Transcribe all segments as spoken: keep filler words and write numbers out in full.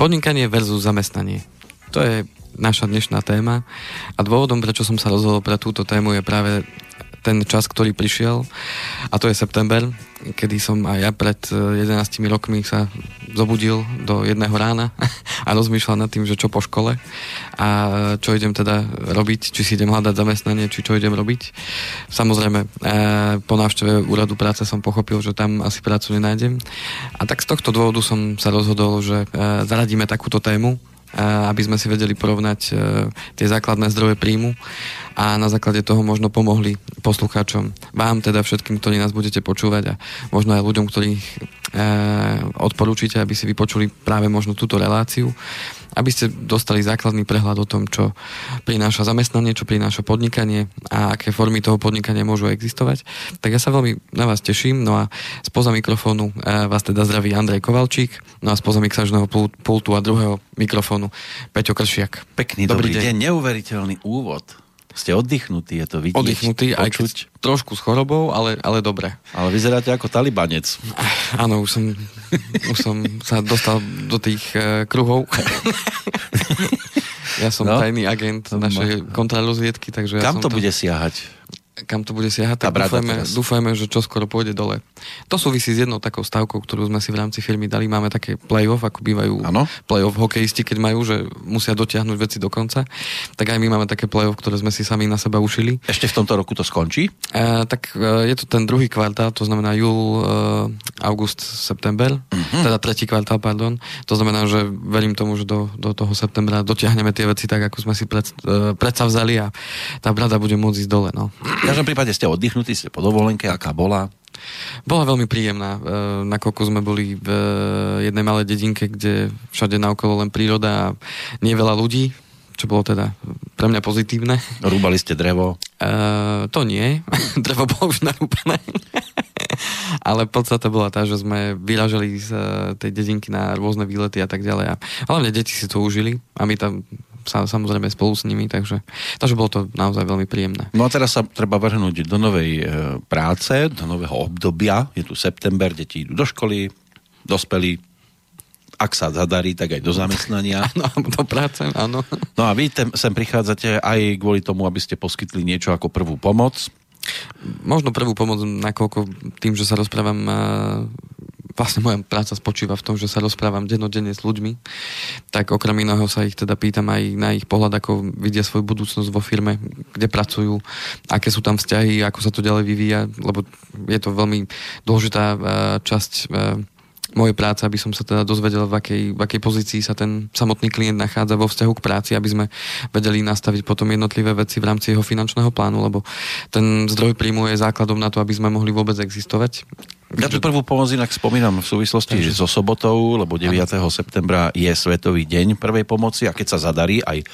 Podnikanie versus zamestnanie. To je naša dnešná téma a dôvodom, prečo som sa rozhodol pre túto tému, je práve ten čas, ktorý prišiel, a to je september, kedy som aj ja pred jedenástimi rokmi sa zobudil do jedného rána a rozmýšľal nad tým, že čo po škole a čo idem teda robiť, či si idem hľadať zamestnanie, či čo idem robiť. Samozrejme, po návšteve úradu práce som pochopil, že tam asi prácu nenájdem. A tak z tohto dôvodu som sa rozhodol, že zaradíme takúto tému, aby sme si vedeli porovnať tie základné zdroje príjmu a na základe toho možno pomohli poslucháčom. Vám teda všetkým, ktorí nás budete počúvať a možno aj ľuďom, ktorých odporúčite, aby si vypočuli práve možno túto reláciu, aby ste dostali základný prehľad o tom, čo prináša zamestnanie, čo prináša podnikanie a aké formy toho podnikania môžu existovať. Tak ja sa veľmi na vás teším. No a spoza mikrofónu vás teda zdraví Andrej Kovalčík, no a spoza mixážneho pultu a druhého mikrofónu Peťo Kršiak. Pekný dobrý, dobrý deň. deň, neuveriteľný úvod. Ste oddychnutí, je to vidieť. Oddychnutý, aj keď trošku s chorobou, ale, ale dobre. Ale vyzeráte ako talibanec. Áno, už som, už som sa dostal do tých uh, kruhov. Ja som no, tajný agent našej kontrarozviedky, takže ja Kam som to bude siahať? Kam to bude siahať, tak dúfajme, dúfajme, že čoskoro pôjde dole. To súvisí s jednou takou stavkou, ktorú sme si v rámci firmy dali. Máme také play-off, ako bývajú ano? play-off hokejisti, keď majú, že musia dotiahnuť veci do konca. Tak aj my máme také play-off, ktoré sme si sami na seba ušili. Ešte v tomto roku to skončí? E, tak e, je to ten druhý kvartál, to znamená júl, e, august, september. Uh-huh. Teda tretí kvartál, pardon. To znamená, že verím tomu, že do, do toho septembra dotiahneme tie veci tak, ako sme si pred, e, predsavzali a tá brada bude môcť ísť dole. No. V každom prípade ste oddychnutí, ste po dovolenke, aká bola? Bola veľmi príjemná, nakoľko sme boli v jednej malej dedinke, kde všade naokolo len príroda a nie veľa ľudí, čo bolo teda pre mňa pozitívne. Rúbali ste drevo? Uh, to nie, drevo bolo už narúbané. Ale podstata bola tá, že sme vyrážali z tej dedinky na rôzne výlety a tak ďalej. A hlavne deti si to užili a my tam samozrejme spolu s nimi, takže, takže bolo to naozaj veľmi príjemné. No a teraz sa treba vrhnúť do novej e, práce, do nového obdobia. Je tu september, deti idú do školy, dospelí, ak sa zadarí, tak aj do zamestnania. Áno, do práce, áno. No a vy sem prichádzate aj kvôli tomu, aby ste poskytli niečo ako prvú pomoc. Možno prvú pomoc, nakoľko tým, že sa rozprávam, vlastne moja práca spočíva v tom, že sa rozprávam dennodenne s ľuďmi, tak okrem iného sa ich teda pýtam aj na ich pohľad, ako vidia svoju budúcnosť vo firme, kde pracujú, aké sú tam vzťahy, ako sa to ďalej vyvíja, lebo je to veľmi dôležitá časť mojej práce, aby som sa teda dozvedel, v akej, v akej pozícii sa ten samotný klient nachádza vo vzťahu k práci, aby sme vedeli nastaviť potom jednotlivé veci v rámci jeho finančného plánu, lebo ten zdroj príjmu je základom na to, aby sme mohli vôbec existovať. Ja tú prvú pomoc inak spomínam v súvislosti Takže... so sobotou, lebo deviateho septembra je Svetový deň prvej pomoci a keď sa zadarí aj,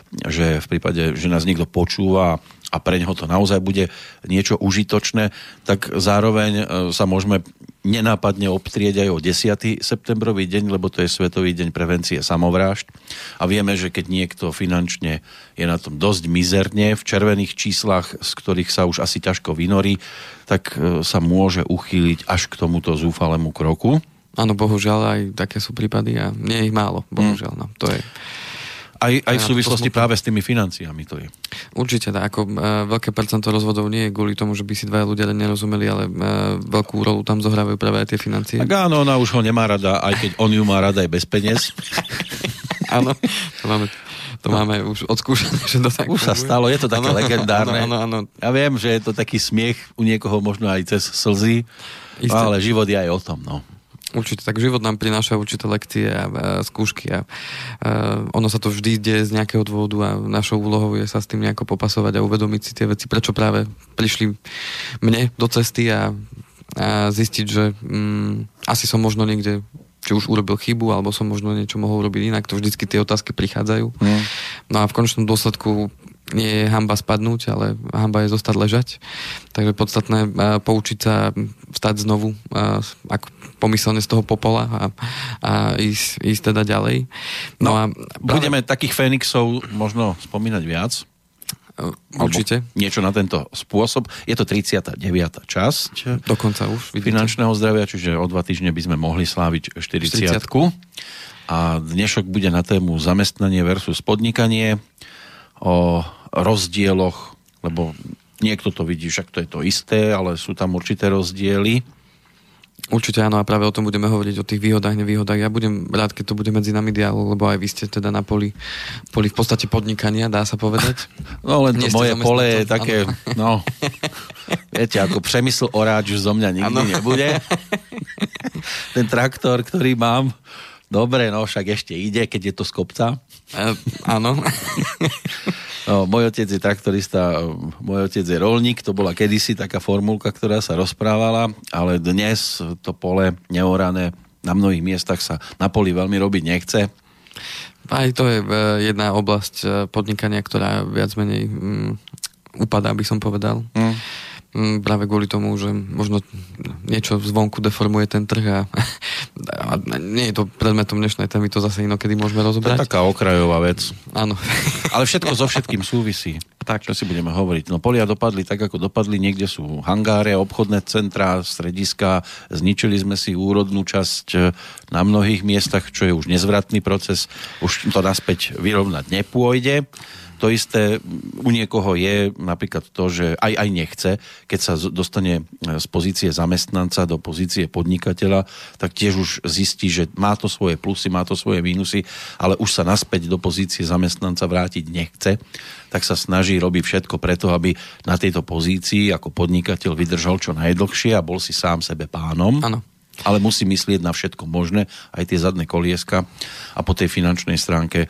že v prípade, že nás niekto počúva a pre neho to naozaj bude niečo užitočné, tak zároveň sa môžeme nenápadne obtrieť aj o desiateho septembrový deň, lebo to je Svetový deň prevencie samovrážd. A vieme, že keď niekto finančne je na tom dosť mizerne, v červených číslach, z ktorých sa už asi ťažko vynorí, tak sa môže uchýliť až k tomuto zúfalému kroku. Áno, bohužiaľ, aj také sú prípady a nie je ich málo, bohužiaľ. No, to je... Aj, aj v súvislosti práve s tými financiami to je. Určite, tak ako e, veľké percento rozvodov nie je kvôli tomu, že by si dvaja ľudia nerozumeli, ale e, veľkú rolu tam zohrávajú práve aj tie financie. Tak áno, ona už ho nemá rada, aj keď on ju má rada aj bez peniaz. Áno, to máme, to no. máme už odskúšané, že to tak už sa stalo, je to také ano, legendárne. Áno, áno, áno. Ja viem, že je to taký smiech u niekoho možno aj cez slzy, ale život je aj o tom, no. Určite, tak život nám prináša určité lekcie a, a skúšky a, a ono sa to vždy deje z nejakého dôvodu a našou úlohou je sa s tým nejako popasovať a uvedomiť si tie veci, prečo práve prišli mne do cesty a, a zistiť, že mm, asi som možno niekde či už urobil chybu, alebo som možno niečo mohol robiť inak, to vždycky tie otázky prichádzajú. Mm. No a v konečnom dôsledku nie je hanba spadnúť, ale hanba je zostať ležať. Takže podstatné poučiť sa vstať znovu ako pomyselne z toho popola a, a ísť, ísť teda ďalej. No, no a práve... budeme takých fénixov možno spomínať viac. Určite. Niečo na tento spôsob. Je to tridsiata deviata časť. Dokonca už. Vidíte. Finančného zdravia, čiže o dva týždne by sme mohli sláviť štyridsiatku. a dnešok bude na tému zamestnanie versus podnikanie, o rozdieloch, lebo niekto to vidí, však to je to isté, ale sú tam určité rozdiely. Určite áno, a práve o tom budeme hovoriť, o tých výhodách, nevýhodách. Ja budem rád, keď to bude medzi nami dialog, lebo aj vy ste teda na poli, poli v podstate podnikania, dá sa povedať. No len to moje pole je také, no, viete, ako Přemysl Oráč už zo mňa nikdy ano. nebude. Ten traktor, ktorý mám, dobre, no však ešte ide, keď je to z kopca. E, áno. No, môj otec je traktorista, môj otec je roľník, to bola kedysi taká formulka, ktorá sa rozprávala, ale dnes to pole neorané na mnohých miestach sa na poli veľmi robiť nechce. Aj to je jedna oblasť podnikania, ktorá viac menej um, upadá, by som povedal. Mm. Práve kvôli tomu, že možno niečo zvonku deformuje ten trh a, a nie je to predmetom dnešnej témy, to zase inokedy môžeme rozobrať. To je taká okrajová vec. Áno. Ale všetko so všetkým súvisí. Tak. Čo si budeme hovoriť? No polia dopadli tak, ako dopadli. Niekde sú hangáre, obchodné centrá, strediska. Zničili sme si úrodnú časť na mnohých miestach, čo je už nezvratný proces. Už to naspäť vyrovnať nepôjde. To isté u niekoho je napríklad to, že aj, aj nechce, keď sa dostane z pozície zamestnanca do pozície podnikateľa, tak tiež už zistí, že má to svoje plusy, má to svoje mínusy, ale už sa naspäť do pozície zamestnanca vrátiť nechce, tak sa snaží robiť všetko preto, aby na tejto pozícii ako podnikateľ vydržal čo najdlhšie a bol si sám sebe pánom. Áno. Ale musí myslieť na všetko možné, aj tie zadné kolieska a po tej finančnej stránke.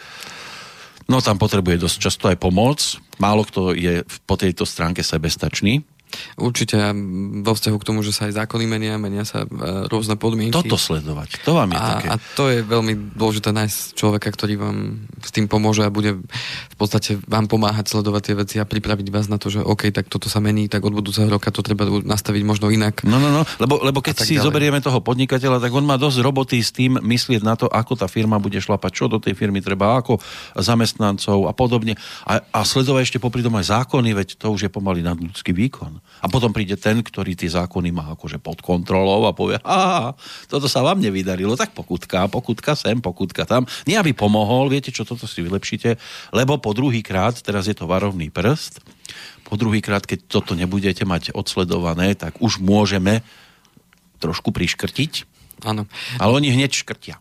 No tam potrebuje dosť často aj pomoc. Málo kto je po tejto stránke sebestačný. Určite vo vzťahu k tomu, že sa aj zákony menia, menia sa rôzne podmienky. Toto sledovať, to vám je a, také. A to je veľmi dôležité nájsť človeka, ktorý vám s tým pomôže a bude v podstate vám pomáhať sledovať tie veci a pripraviť vás na to, že OK, tak toto sa mení, tak od budúceho roka to treba nastaviť možno inak. No, no, no, lebo, lebo keď si ďalej zoberieme toho podnikateľa, tak on má dosť roboty s tým myslieť na to, ako tá firma bude šlapať, čo do tej firmy treba, ako zamestnancov a podobne. A, a sledovať ešte popri tom aj zákony, veď to už je pomaly nadľudský výkon. A potom príde ten, ktorý tie zákony má akože pod kontrolou a povie, aha, toto sa vám nevydarilo, tak pokutka, pokutka sem, pokutka tam. Nie, aby pomohol, viete čo, toto si vylepšite, lebo po druhý krát, teraz je to varovný prst, po druhý krát, keď toto nebudete mať odsledované, tak už môžeme trošku priškrtiť. Áno. Ale oni hneď škrtia.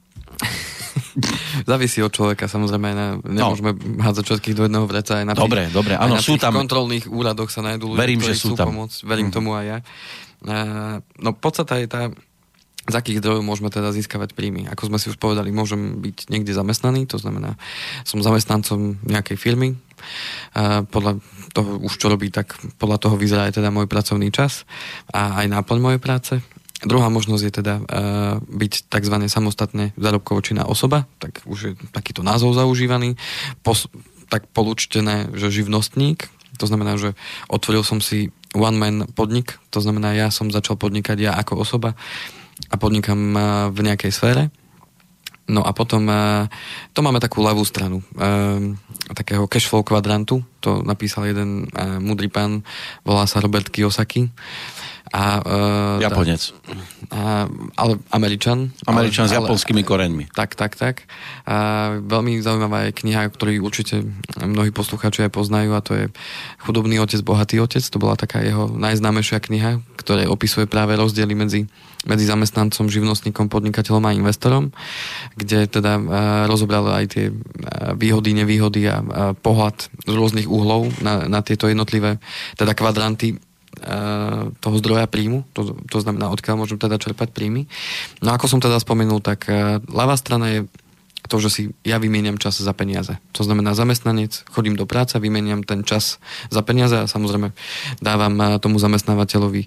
Závisí od človeka, samozrejme, ne, nemôžeme no. hádzať všetkých do jedného vreca. Aj na tých, dobre, dobre, áno, sú tam. kontrolných úradoch sa nájdú ľudia, verím, ktorí že sú chcú tam. pomôcť. Verím mm. tomu aj ja. Uh, no podstata je tá, z akých zdrojov môžeme teda získavať príjmy. Ako sme si už povedali, môžem byť niekde zamestnaný, to znamená, som zamestnancom nejakej firmy. Uh, podľa toho už čo robí, tak podľa toho vyzerá aj teda môj pracovný čas a aj náplň mojej práce. Druhá možnosť je teda uh, byť tzv. Samostatne zárobkovo činná osoba, tak už je takýto názov zaužívaný, Pos- tak polúčtené, že živnostník, to znamená, že otvoril som si one-man podnik, to znamená, ja som začal podnikať ja ako osoba a podnikám uh, v nejakej sfére. No a potom uh, to máme takú ľavú stranu, uh, takého cashflow kvadrantu, to napísal jeden uh, múdry pán, volá sa Robert Kiyosaki. A, uh, Japonec. A, ale Američan. Američan ale, s japonskými koreňmi. Tak, tak, tak. A veľmi zaujímavá je kniha, ktorú určite mnohí poslucháči aj poznajú, a to je Chudobný otec, bohatý otec. To bola taká jeho najznámejšia kniha, ktorá opisuje práve rozdiely medzi, medzi zamestnancom, živnostníkom, podnikateľom a investorom, kde teda uh, rozobral aj tie uh, výhody, nevýhody a uh, pohľad z rôznych uhlov na, na tieto jednotlivé teda kvadranty toho zdroja príjmu, to, to znamená, odkiaľ môžem teda čerpať príjmy. No ako som teda spomenul, tak ľavá strana je to, že si ja vymieniam čas za peniaze. To znamená, zamestnanec, chodím do práce, vymieniam ten čas za peniaze a samozrejme dávam tomu zamestnávateľovi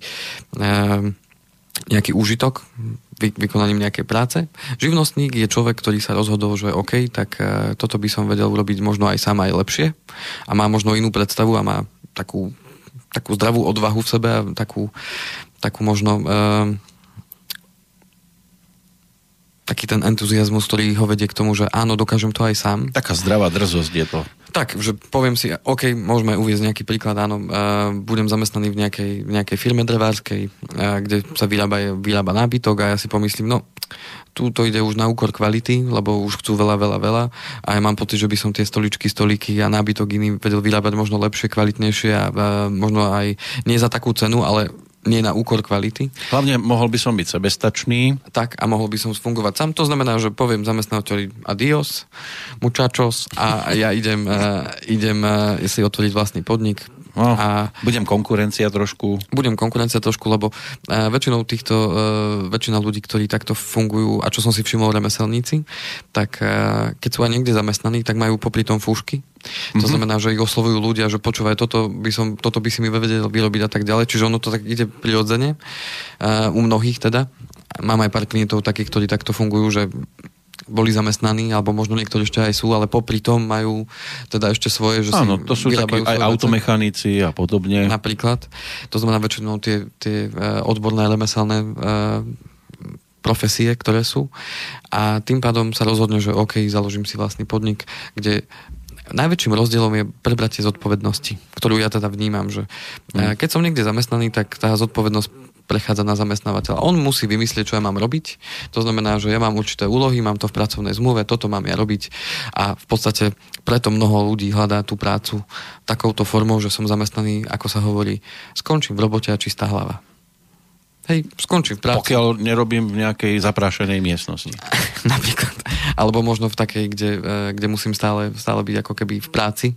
nejaký úžitok vy, vykonaním nejakej práce. Živnostník je človek, ktorý sa rozhodol, že OK, tak toto by som vedel urobiť možno aj sám, aj lepšie a má možno inú predstavu a má takú takú zdravú odvahu v sebe a takú, takú možno e, taký ten entuziasmus, ktorý ho vedie k tomu, že áno, dokážem to aj sám. Taká zdravá drzosť je to. Tak, že poviem si, OK, môžeme uviesť nejaký príklad, áno, uh, budem zamestnaný v nejakej, v nejakej firme drevárskej, uh, kde sa vyrába, vyrába nábytok a ja si pomyslím, no, tu to ide už na úkor kvality, lebo už chcú veľa, veľa, veľa a ja mám pocit, že by som tie stoličky, stolíky a nábytok iný vedel vyrábať možno lepšie, kvalitnejšie a uh, možno aj nie za takú cenu, ale nie na úkor kvality. Hlavne mohol by som byť sebestačný. Tak, a mohol by som fungovať sám. To znamená, že poviem zamestnávateľi adios, muchachos a ja idem, uh, idem uh, si otvoriť vlastný podnik. No, a budem konkurencia trošku. Budem konkurencia trošku, lebo uh, väčšinou týchto, uh, väčšina ľudí, ktorí takto fungujú, a čo som si všimol remeselníci, tak uh, keď sú aj niekde zamestnaní, tak majú popri tom fúšky. To mm-hmm. znamená, že ich oslovujú ľudia, že počúvaj, toto by, som, toto by si mi vedel vyrobiť a tak ďalej. Čiže ono to tak ide prirodzene. Uh, u mnohých teda. Mám aj pár klientov takých, ktorí takto fungujú, že boli zamestnaní, alebo možno niektorí ešte aj sú, ale popri tom majú teda ešte svoje, že áno, si to sú takí aj automechanici a podobne. Napríklad. To znamená väčšinou tie, tie odborné remeselné profesie, ktoré sú. A tým pádom sa rozhodne, že OK, založím si vlastný podnik, kde najväčším rozdielom je prebratie zodpovednosti, ktorú ja teda vnímam, že mm. keď som niekde zamestnaný, tak tá zodpovednosť prechádza na zamestnávateľa. On musí vymyslieť, čo ja mám robiť. To znamená, že ja mám určité úlohy, mám to v pracovnej zmluve, toto mám ja robiť a v podstate preto mnoho ľudí hľadá tú prácu takouto formou, že som zamestnaný, ako sa hovorí, skončím v robote a čistá hlava. Hej, skončím v práci. Pokiaľ nerobím v nejakej zaprášenej miestnosti. Napríklad. Alebo možno v takej, kde, kde musím stále, stále byť ako keby v práci.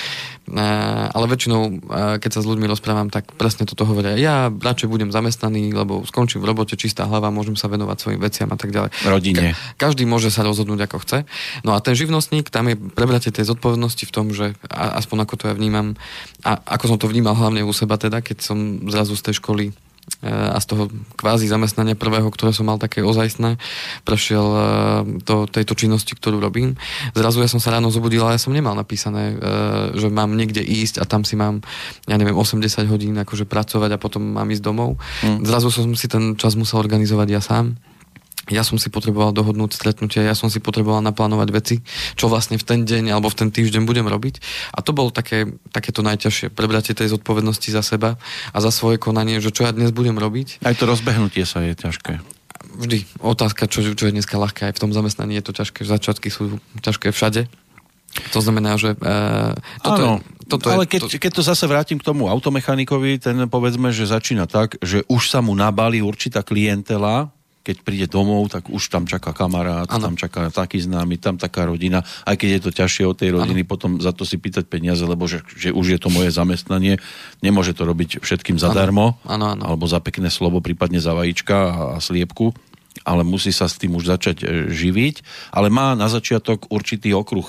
Ale väčšinou, keď sa s ľuďmi rozprávam, tak presne toto hovoria. Ja radšej budem zamestnaný, lebo skončím v robote, čistá hlava, môžem sa venovať svojim veciam a tak ďalej. Rodine. Ka- každý môže sa rozhodnúť, ako chce. No a ten živnostník, tam je prebratie tej zodpovednosti v tom, že a, aspoň ako to ja vnímam, a ako som to vnímal hlavne u seba teda, keď som zrazu z tej školy a z toho kvázi zamestnania prvého, ktoré som mal také ozajstné, prešiel do tejto činnosti, ktorú robím. Zrazu ja som sa ráno zobudil, ale ja som nemal napísané, že mám niekde ísť a tam si mám, ja neviem, osemdesiat hodín akože pracovať a potom mám ísť domov. Hmm. Zrazu som si ten čas musel organizovať ja sám. Ja som si potreboval dohodnúť stretnutie, ja som si potreboval naplánovať veci, čo vlastne v ten deň alebo v ten týždeň budem robiť. A to bolo také, takéto najťažšie. Prebratie tej zodpovednosti za seba a za svoje konanie, že čo ja dnes budem robiť. Aj to rozbehnutie sa je ťažké. Vždy. Otázka, čo, čo je dneska ľahké. Aj v tom zamestnaní je to ťažké. Začiatky sú ťažké všade. To znamená, že uh, toto, áno, je, toto ale je... keď, keď to zase vrátim k tomu automechanikovi, ten povedzme, že začína tak, že už sa mu nabali určitá klientela. Keď príde domov, tak už tam čaká kamarát, ano. Tam čaká taký známy, tam taká rodina. Aj keď je to ťažšie od tej rodiny, ano. Potom za to si pýtať peniaze, lebo že, že už je to moje zamestnanie. Nemôže to robiť všetkým zadarmo, ano. Ano, ano. Alebo za pekné slovo, prípadne za vajíčka a, a sliepku. Ale musí sa s tým už začať živiť, ale má na začiatok určitý okruh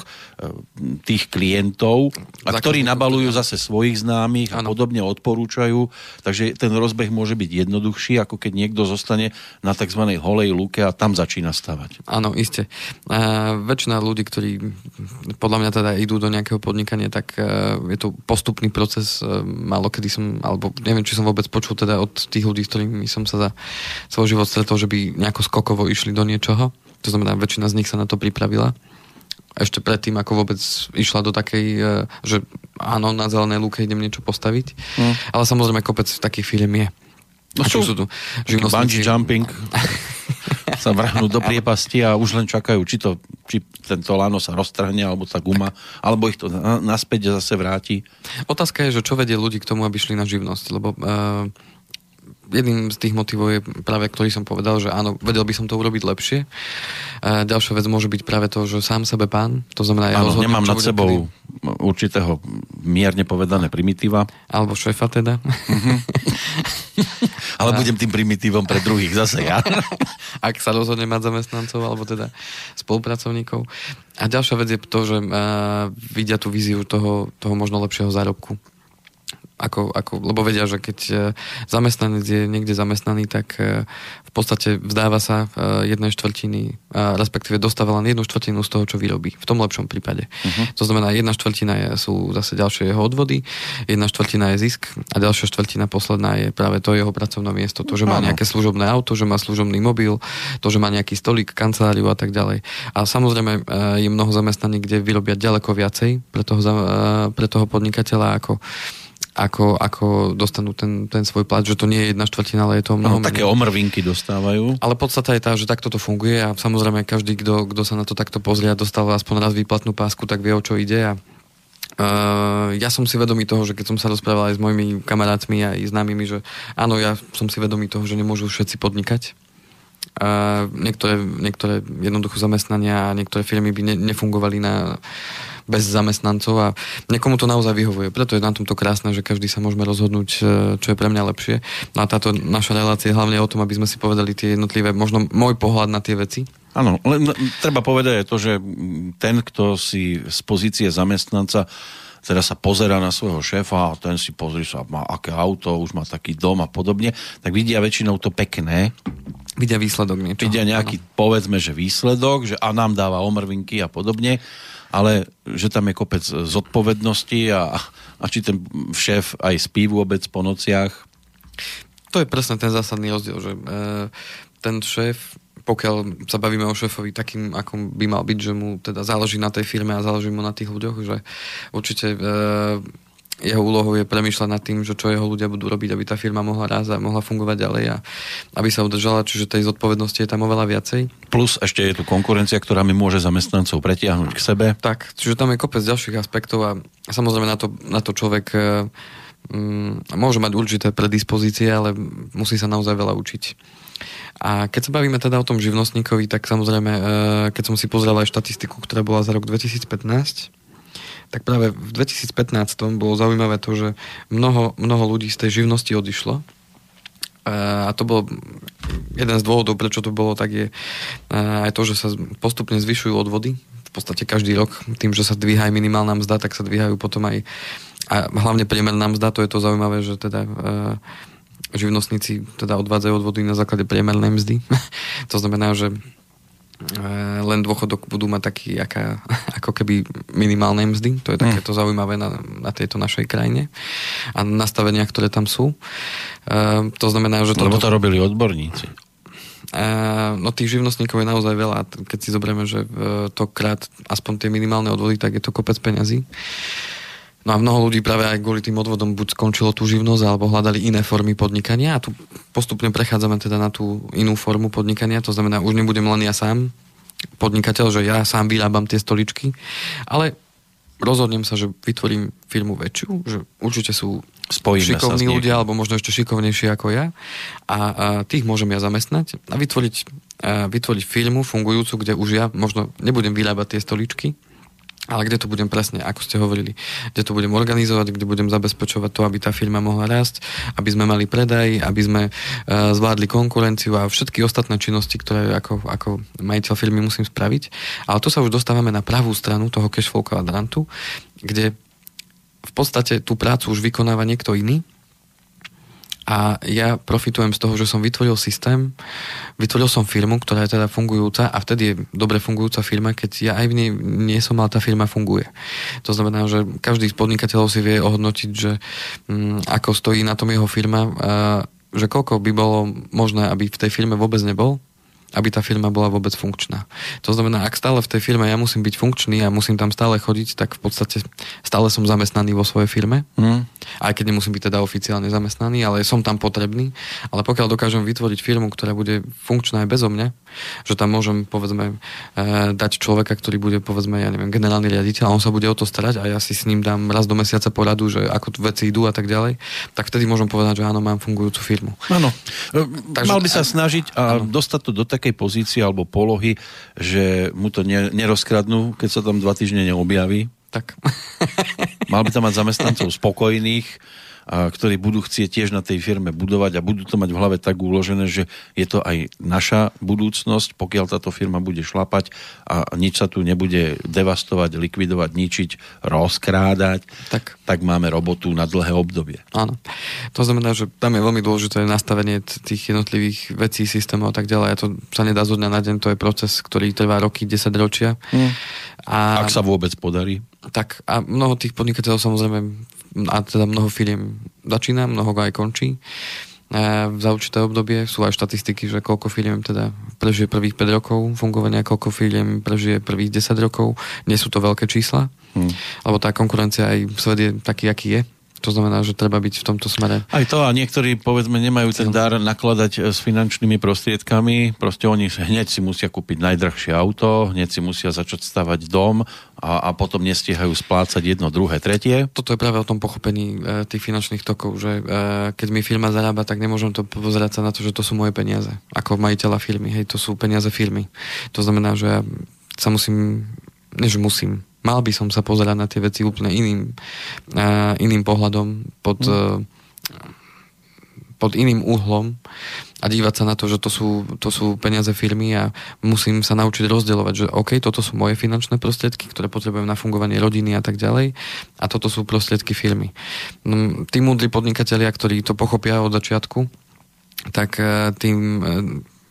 tých klientov, a ktorí nabalujú zase svojich známych a podobne odporúčajú, takže ten rozbeh môže byť jednoduchší, ako keď niekto zostane na tzv. Holej lúke a tam začína stavať. Áno, iste. Uh, väčšina ľudí, ktorí podľa mňa teda idú do nejakého podnikania, tak uh, je to postupný proces. Uh, málo kedy som, alebo neviem, či som vôbec počul teda od tých ľudí, s ktorými som sa za svoj život stretol, že by nejako skokovo išli do niečoho. To znamená, väčšina z nich sa na to pripravila. Ešte predtým, ako vôbec išla do takej, že áno, na zelenej lúke idem niečo postaviť. Mm. Ale samozrejme, kopec takých firiem je. No sú, sú tu bungee jumping sa vrhnú do priepasti a už len čakajú, či, to, či tento lano sa roztrhne, alebo tá guma, alebo ich to na, naspäť zase vráti. Otázka je, že čo vedie ľudí k tomu, aby šli na živnosť, lebo uh, jedným z tých motivov je práve, ktorý som povedal, že áno, vedel by som to urobiť lepšie. A ďalšia vec môže byť práve to, že sám sebe pán, to znamená, ja áno, rozhodnem, nemám nad sebou kedy... určitého mierne povedané primitíva. Alebo šéfa teda. Mm-hmm. Ale budem tým primitívom pre druhých zase ja. Ak sa rozhodne mať zamestnancov, alebo teda spolupracovníkov. A ďalšia vec je to, že uh, vidia tú víziu toho, toho možno lepšieho zárobku. ako, ako, lebo vedia, že keď zamestnanec je niekde zamestnaný, tak v podstate vzdáva sa jednej štvrtiny, respektíve dostáva len jednu štvrtinu z toho, čo vyrobí. V tom lepšom prípade. Uh-huh. To znamená, jedna štvrtina je, sú zase ďalšie jeho odvody, jedna štvrtina je zisk a ďalšia štvrtina posledná je práve to jeho pracovné miesto. To, že má nejaké služobné auto, že má služobný mobil, to, že má nejaký stolík, kanceláriu a tak ďalej. A samozrejme je mnoho zamestnaní, kde vyrobia ďaleko viacej pre toho, pre toho podnikateľa ako Ako, ako dostanú ten, ten svoj plat, že to nie je jedna štvrtina, ale je to mnoho. No, také omrvinky dostávajú. Ale podstata je tá, že takto to funguje a samozrejme každý, kto, kto sa na to takto pozrie a dostáva aspoň raz výplatnú pásku, tak vie, o čo ide. A uh, ja som si vedomý toho, že keď som sa rozprával aj s mojimi kamarátmi a aj známymi, že áno, ja som si vedomý toho, že nemôžu všetci podnikať. Uh, niektoré, niektoré jednoducho zamestnania a niektoré firmy by ne, nefungovali na bez zamestnancov a niekomu to naozaj vyhovuje. Preto je na tomto krásne, že každý sa môžeme rozhodnúť, čo je pre mňa lepšie. No a táto naša relácia je hlavne o tom, aby sme si povedali tie jednotlivé, možno môj pohľad na tie veci. Áno, len treba povedať to, že ten, kto si z pozície zamestnanca teraz sa pozerá na svojho šéfa a ten si pozrie sa, má aké auto, už má taký dom a podobne, tak vidia väčšinou to pekné. Vidia výsledok niečo. Vidia nejaký, ano. povedzme, že výsledok, že a nám dáva omrvinky a podobne, ale že tam je kopec zodpovednosti a, a či ten šéf aj spí vôbec po nociach. To je presne ten zásadný rozdiel, že e, ten šéf, pokiaľ sa bavíme o šéfovi takým, ako by mal byť, že mu teda záleží na tej firme a záleží mu na tých ľuďoch, že určite e, jeho úlohou je premýšľať nad tým, že čo jeho ľudia budú robiť, aby tá firma mohla rásť a mohla fungovať ďalej a aby sa udržala, čiže tej zodpovednosti je tam oveľa viacej. Plus ešte je tu konkurencia, ktorá mi môže zamestnancov pretiahnuť k sebe. Tak, čiže tam je kopec ďalších aspektov a samozrejme na to, na to človek mm, môže mať určité predispozície, ale musí sa naozaj veľa učiť. A keď sa bavíme teda o tom živnostníkovi, tak samozrejme, keď som si pozrel aj štatistiku, ktorá bola za rok dvetisícpätnásť, tak práve v dvetisícpätnásť bolo zaujímavé to, že mnoho, mnoho ľudí z tej živnosti odišlo. A to bol jeden z dôvodov, prečo to bolo, tak je aj to, že sa postupne zvyšujú odvody. V podstate každý rok, tým, že sa dvíha aj minimálna mzda, tak sa dvíhajú potom aj a hlavne priemerná mzda, to je to zaujímavé, že teda živnostníci teda odvádzajú odvody na základe priemernej mzdy. To znamená, že len dôchodok budú mať taký aká, ako keby minimálnej mzdy. To je takéto zaujímavé na, na tejto našej krajine a nastavenia, ktoré tam sú. Uh, to znamená, že... Lebo to robili odborníci. Uh, no tých živnostníkov je naozaj veľa. Keď si zoberieme, že to krát aspoň tie minimálne odvody, tak je to kopec peňazí. No a mnoho ľudí práve aj kvôli tým odvodom buď skončilo tú živnosť, alebo hľadali iné formy podnikania a tu postupne prechádzame teda na tú inú formu podnikania, to znamená, už nebudem len ja sám podnikateľ, že ja sám vyrábam tie stoličky, ale rozhodnem sa, že vytvorím firmu väčšiu, že určite sú Spojíme šikovní ľudia, alebo možno ešte šikovnejší ako ja a, a tých môžem ja zamestnať a vytvoriť, a vytvoriť firmu fungujúcu, kde už ja možno nebudem vyrábať tie stoličky, ale kde to budem presne, ako ste hovorili, kde to budem organizovať, kde budem zabezpečovať to, aby tá firma mohla rásť, aby sme mali predaj, aby sme uh, zvládli konkurenciu a všetky ostatné činnosti, ktoré ako, ako majiteľ firmy musím spraviť. Ale tu sa už dostávame na pravú stranu toho cashflow kvadrantu, kde v podstate tú prácu už vykonáva niekto iný a ja profitujem z toho, že som vytvoril systém, vytvoril som firmu, ktorá je teda fungujúca a vtedy je dobre fungujúca firma, keď ja aj v nej nie som, ale tá firma funguje. To znamená, že každý z podnikateľov si vie ohodnotiť, že m, ako stojí na tom jeho firma, a, že koľko by bolo možné, aby v tej firme vôbec nebol, aby tá firma bola vôbec funkčná. To znamená, ak stále v tej firme ja musím byť funkčný a musím tam stále chodiť, tak v podstate stále som zamestnaný vo svojej firme. Mm. Aj keď nemusím byť teda oficiálne zamestnaný, ale som tam potrebný. Ale pokiaľ dokážem vytvoriť firmu, ktorá bude funkčná aj bezo mňa, že tam môžem, povedzme, e, dať človeka, ktorý bude, povedzme, ja neviem, generálny riaditeľ a on sa bude o to starať a ja si s ním dám raz do mesiaca poradu, že ako veci idú a tak ďalej, tak vtedy môžem povedať, že áno, mám fungujúcu firmu. Áno. Takže, mal by sa snažiť a áno. dostať to do takej pozície alebo polohy, že mu to ne, nerozkradnú, keď sa tam dva týždne neobjaví. Tak. Mal by tam mať zamestnancov spokojných a ktorí budú chcieť tiež na tej firme budovať a budú to mať v hlave tak uložené, že je to aj naša budúcnosť, pokiaľ táto firma bude šlapať a nič sa tu nebude devastovať, likvidovať, ničiť, rozkrádať, tak, tak máme robotu na dlhé obdobie. Áno. To znamená, že tam je veľmi dôležité nastavenie tých jednotlivých vecí, systémov a tak ďalej. A to sa nedá zo dňa na deň, to je proces, ktorý trvá roky, desať ročia. Hmm. A, ak sa vôbec podarí. Tak a mnoho tých podnikateľov samozrejme, a teda mnoho firiem začína, mnoho aj končí. A za určité obdobie sú aj štatistiky, že koľko firiem teda prežije prvých päť rokov fungovania, koľko firiem prežije prvých desať rokov. Nie sú to veľké čísla, hmm. lebo tá konkurencia aj svet je taký, aký je. To znamená, že treba byť v tomto smere. Aj to, a niektorí, povedzme, nemajú ten dar nakladať s finančnými prostriedkami. Proste oni hneď si musia kúpiť najdrahšie auto, hneď si musia začať stavať dom a, a potom nestíhajú splácať jedno, druhé, tretie. Toto je práve o tom pochopení e, tých finančných tokov, že e, keď mi firma zarába, tak nemôžem to pozerať sa na to, že to sú moje peniaze. Ako majiteľa firmy, hej, to sú peniaze firmy. To znamená, že ja sa musím, než musím, mal by som sa pozerať na tie veci úplne iným, uh, iným pohľadom, pod, uh, pod iným úhlom a dívať sa na to, že to sú, to sú peniaze firmy a musím sa naučiť rozdielovať, že OK, toto sú moje finančné prostriedky, ktoré potrebujem na fungovanie rodiny a tak ďalej a toto sú prostriedky firmy. No, tí múdri podnikatelia, ktorí to pochopia od začiatku, tak uh, tým, uh,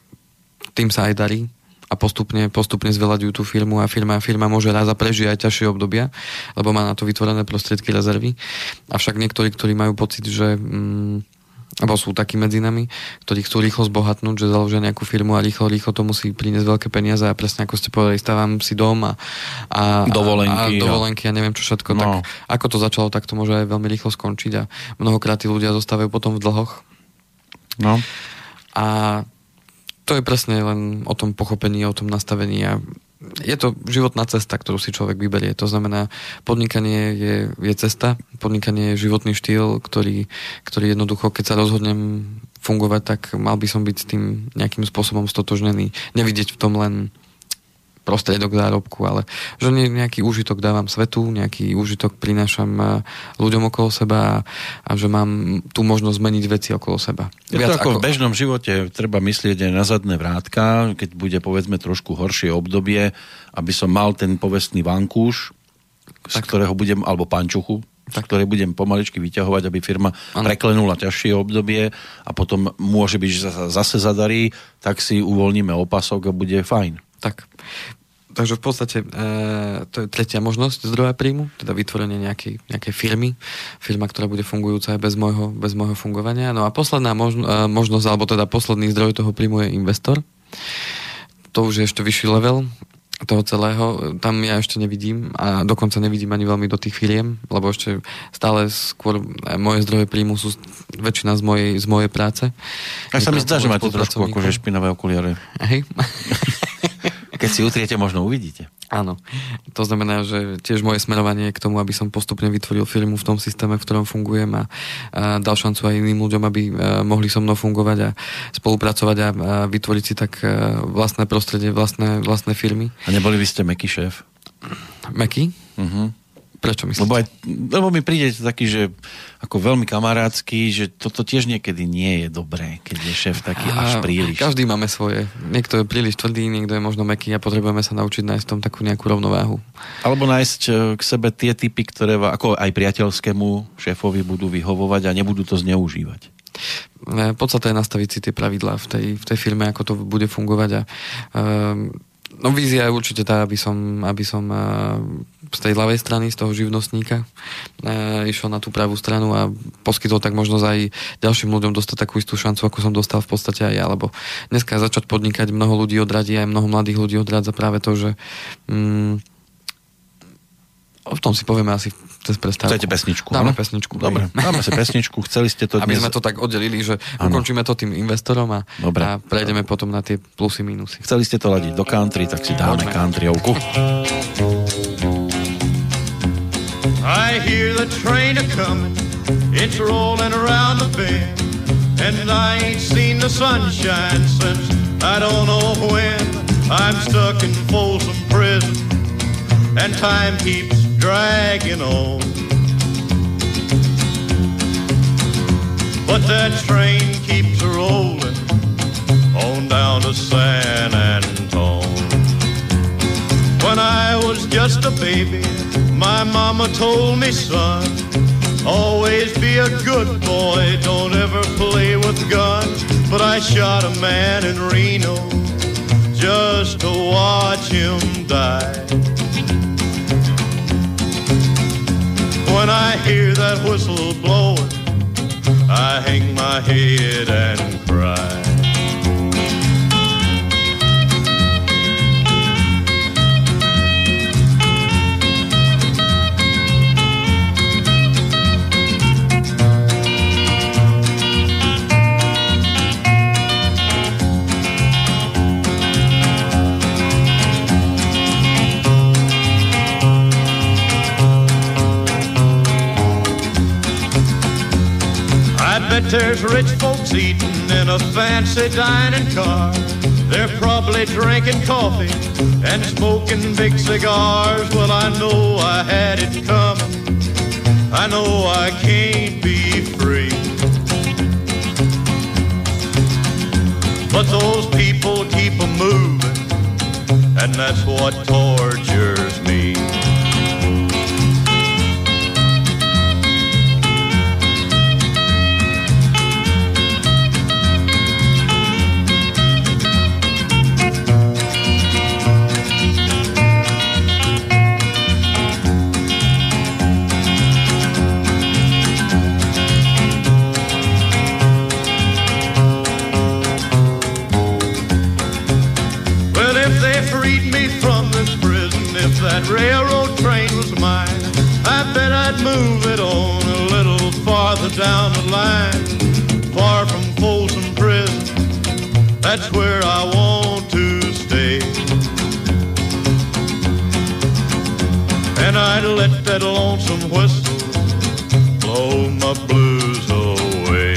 tým sa aj darí a postupne, postupne zveľaďujú tú firmu a firma, firma môže raz a prežije aj ťažšie obdobia, lebo má na to vytvorené prostriedky rezervy. Avšak niektorí, ktorí majú pocit, že mm, alebo sú takí medzi nami, ktorí chcú rýchlo zbohatnúť, že založia nejakú firmu a rýchlo, rýchlo to musí priniesť veľké peniaze a presne ako ste povedali, stávam si dom a, a dovolenky, a, a dovolenky a neviem čo všetko. No. Tak ako to začalo, tak to môže aj veľmi rýchlo skončiť a mnohokrát tí ľudia zostávajú potom v dlhoch. No. A to je presne len o tom pochopení, o tom nastavení a je to životná cesta, ktorú si človek vyberie. To znamená, podnikanie je, je cesta, podnikanie je životný štýl, ktorý, ktorý jednoducho, keď sa rozhodnem fungovať, tak mal by som byť s tým nejakým spôsobom stotožnený. Nevidieť v tom len prostriedok zárobku, ale že nejaký úžitok dávam svetu, nejaký úžitok prinášam ľuďom okolo seba a, a že mám tú možnosť zmeniť veci okolo seba. Je Viac to ako, ako v bežnom živote, treba myslieť aj na zadné vrátka, keď bude povedzme trošku horšie obdobie, aby som mal ten povestný vankúš, z tak. ktorého budem, alebo pančuchu, z ktorej budem pomaličky vyťahovať, aby firma ano. preklenula ťažšie obdobie a potom môže byť, že zase zadarí, tak si uvoľníme opasok a bude fajn. Tak. Takže v podstate e, to je tretia možnosť zdroja príjmu, teda vytvorenie nejakej, nejakej firmy, firma, ktorá bude fungujúca aj bez môjho, bez môjho fungovania. No a posledná možno, e, možnosť, alebo teda posledný zdroj toho príjmu je investor. To už je ešte vyšší level toho celého. Tam ja ešte nevidím a dokonca nevidím ani veľmi do tých firiem, lebo ešte stále skôr moje zdroje príjmu sú väčšina z mojej, z mojej práce. A sa mi zdá, že máte trošku akože špinavé okuliare. Hej. Keď si utriete, možno uvidíte. Áno. To znamená, že tiež moje smerovanie je k tomu, aby som postupne vytvoril firmu v tom systéme, v ktorom fungujem a, a dal šancu aj iným ľuďom, aby mohli so mnou fungovať a spolupracovať a, a vytvoriť si tak vlastné prostredie, vlastné, vlastné firmy. A neboli by ste mäkký šéf? Mäkký? Mhm. Prečo myslíte? Lebo, aj, lebo mi príde taký, že ako veľmi kamarátsky, že toto tiež niekedy nie je dobré, keď je šéf taký až príliš. Každý máme svoje. Niekto je príliš tvrdý, niekto je možno mäkký a potrebujeme sa naučiť nájsť v tom takú nejakú rovnováhu. Alebo nájsť k sebe tie typy, ktoré ako aj priateľskému šéfovi budú vyhovovať a nebudú to zneužívať. Podstatné je nastaviť si tie pravidlá v tej, v tej firme, ako to bude fungovať a um, no vízia je určite tá, aby som, aby som z tej ľavej strany, z toho živnostníka išiel na tú pravú stranu a poskytol tak možnosť aj ďalším ľuďom dostať takú istú šancu, ako som dostal v podstate aj ja, lebo dneska začať podnikať mnoho ľudí odradí, aj mnoho mladých ľudí odrádza práve to, že mm, o tom si povieme asi cez prestávku. Chcete pesničku? Dáme ano? pesničku. Dobre, dáme si pesničku. Chceli ste to Aby dnes... sme to tak oddelili, že ano. Ukončíme to tým investorom a, a prejdeme potom na tie plusy, mínusy. Chceli ste to ladiť do country, tak si dáme countryovku. I hear the train a-comin', it's rolling around the bend, and I ain't seen the sunshine since I don't know when. I'm stuck in Folsom Prison, and time keeps dragging on. but that train keeps rolling on down to San Antone. When I was just a baby, my mama told me, son, always be a good boy, don't ever play with guns. But I shot a man in Reno just to watch him die. When I hear that whistle blowing, I hang my head and cry. There's rich folks eating in a fancy dining car. They're probably drinking coffee and smoking big cigars. Well, I know I had it coming. I know I can't be free. But those people keep a moving, and that's what tortures me. That railroad train was mine, I bet I'd move it on a little farther down the line. Far from Folsom Prison, that's where I want to stay. And I'd let that lonesome whistle blow my blues away.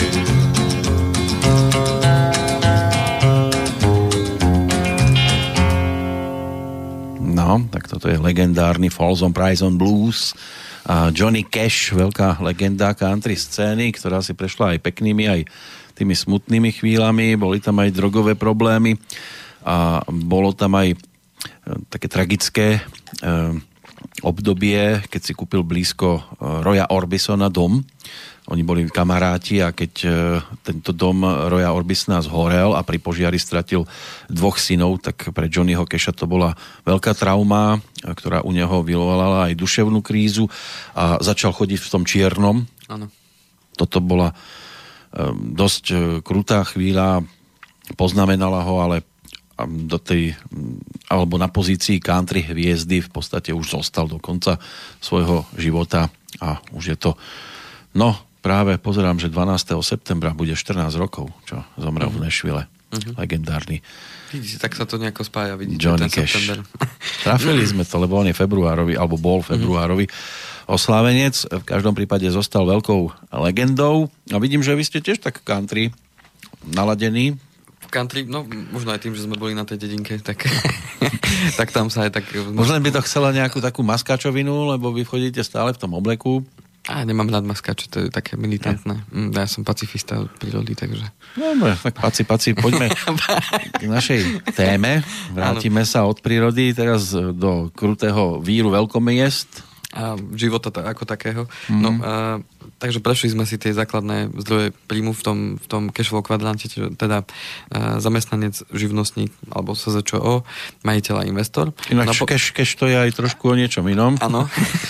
No, tak toto je legendárny Folsom Prison Blues a Johnny Cash, veľká legenda country scény, ktorá si prešla aj peknými, aj tými smutnými chvíľami, boli tam aj drogové problémy a bolo tam aj také tragické e, obdobie, keď si kúpil blízko Roya Orbisona dom. Oni boli kamaráti a keď e, tento dom Roya Orbisona zhorel a pri požiari stratil dvoch synov, tak pre Johnnyho Casha to bola veľká trauma, ktorá u neho vyvolala aj duševnú krízu a začal chodiť v tom čiernom. Áno. Toto bola e, dosť e, krutá chvíľa, poznamenala ho, ale do tej, alebo na pozícii country hviezdy v podstate už zostal do konca svojho života a už je to, no práve pozerám, že dvanásteho septembra bude štrnásť rokov, čo zomrel uh-huh. v Nashville. Uh-huh. Legendárny. Vidíte, tak sa to nejako spája, vidíte, Johnny ten Cash. september. Trafili sme to, lebo on je februárový, alebo bol februárový uh-huh. oslávenec. V každom prípade zostal veľkou legendou. A vidím, že vy ste tiež tak country naladení. Country, no možno aj tým, že sme boli na tej dedinke, tak, tak tam sa aj tak... Možno by to chcela nejakú takú maskačovinu, lebo vy chodíte stále v tom obleku. A nemám rád maskáče, to je také militantné. Ja som pacifista od prírody, takže... Dobre, tak paci, paci, poďme k našej téme. Vrátime sa od prírody teraz do krutého víru veľkomiest. A života t- ako takého. Mm. No, a, takže prešli sme si tie základné zdroje príjmu v tom, v tom cashflow kvadrante, teda a, zamestnanec, živnostník, alebo es zet čo o, majiteľ a investor. Inak no, po... cash, cash to je aj trošku o niečom inom. Áno.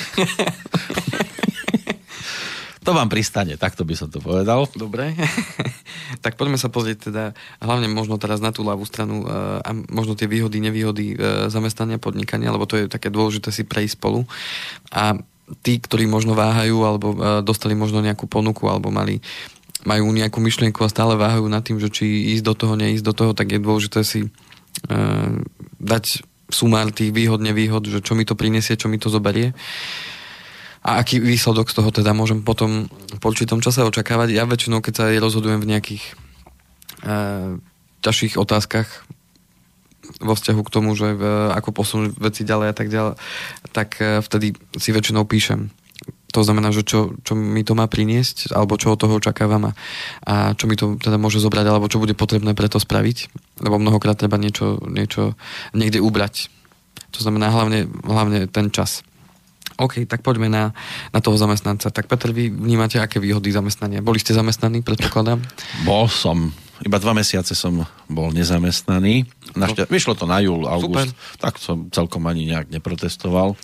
To vám pristane, takto by som to povedal. Dobre. Tak poďme sa pozrieť teda, hlavne možno teraz na tú ľavú stranu a možno tie výhody, nevýhody zamestnania, podnikania, lebo to je také dôležité si prejsť spolu. A tí, ktorí možno váhajú, alebo dostali možno nejakú ponuku, alebo mali, majú nejakú myšlienku a stále váhajú nad tým, že či ísť do toho, neísť do toho, tak je dôležité si uh, dať sumár tých výhod, nevýhod, že čo mi to prinesie, čo mi to zoberie. A aký výsledok z toho teda môžem potom po určitom čase očakávať. Ja väčšinou, keď sa rozhodujem v nejakých e, ťažších otázkach vo vzťahu k tomu, že e, ako posunúť veci ďalej a tak ďalej, tak e, vtedy si väčšinou píšem To znamená, že čo, čo mi to má priniesť, alebo čo od toho očakávam a, a čo mi to teda môže zobrať, alebo čo bude potrebné pre to spraviť, lebo mnohokrát treba niečo, niečo niekde ubrať. To znamená hlavne, hlavne ten čas. OK, tak poďme na, na toho zamestnanca. Tak Peter, vy vnímate, aké výhody zamestnania? Boli ste zamestnaní, predpokladám? Bol som. Iba dva mesiace som bol nezamestnaný. Našťa... Vyšlo to na júl, august. Super. Tak som celkom ani nejak neprotestoval.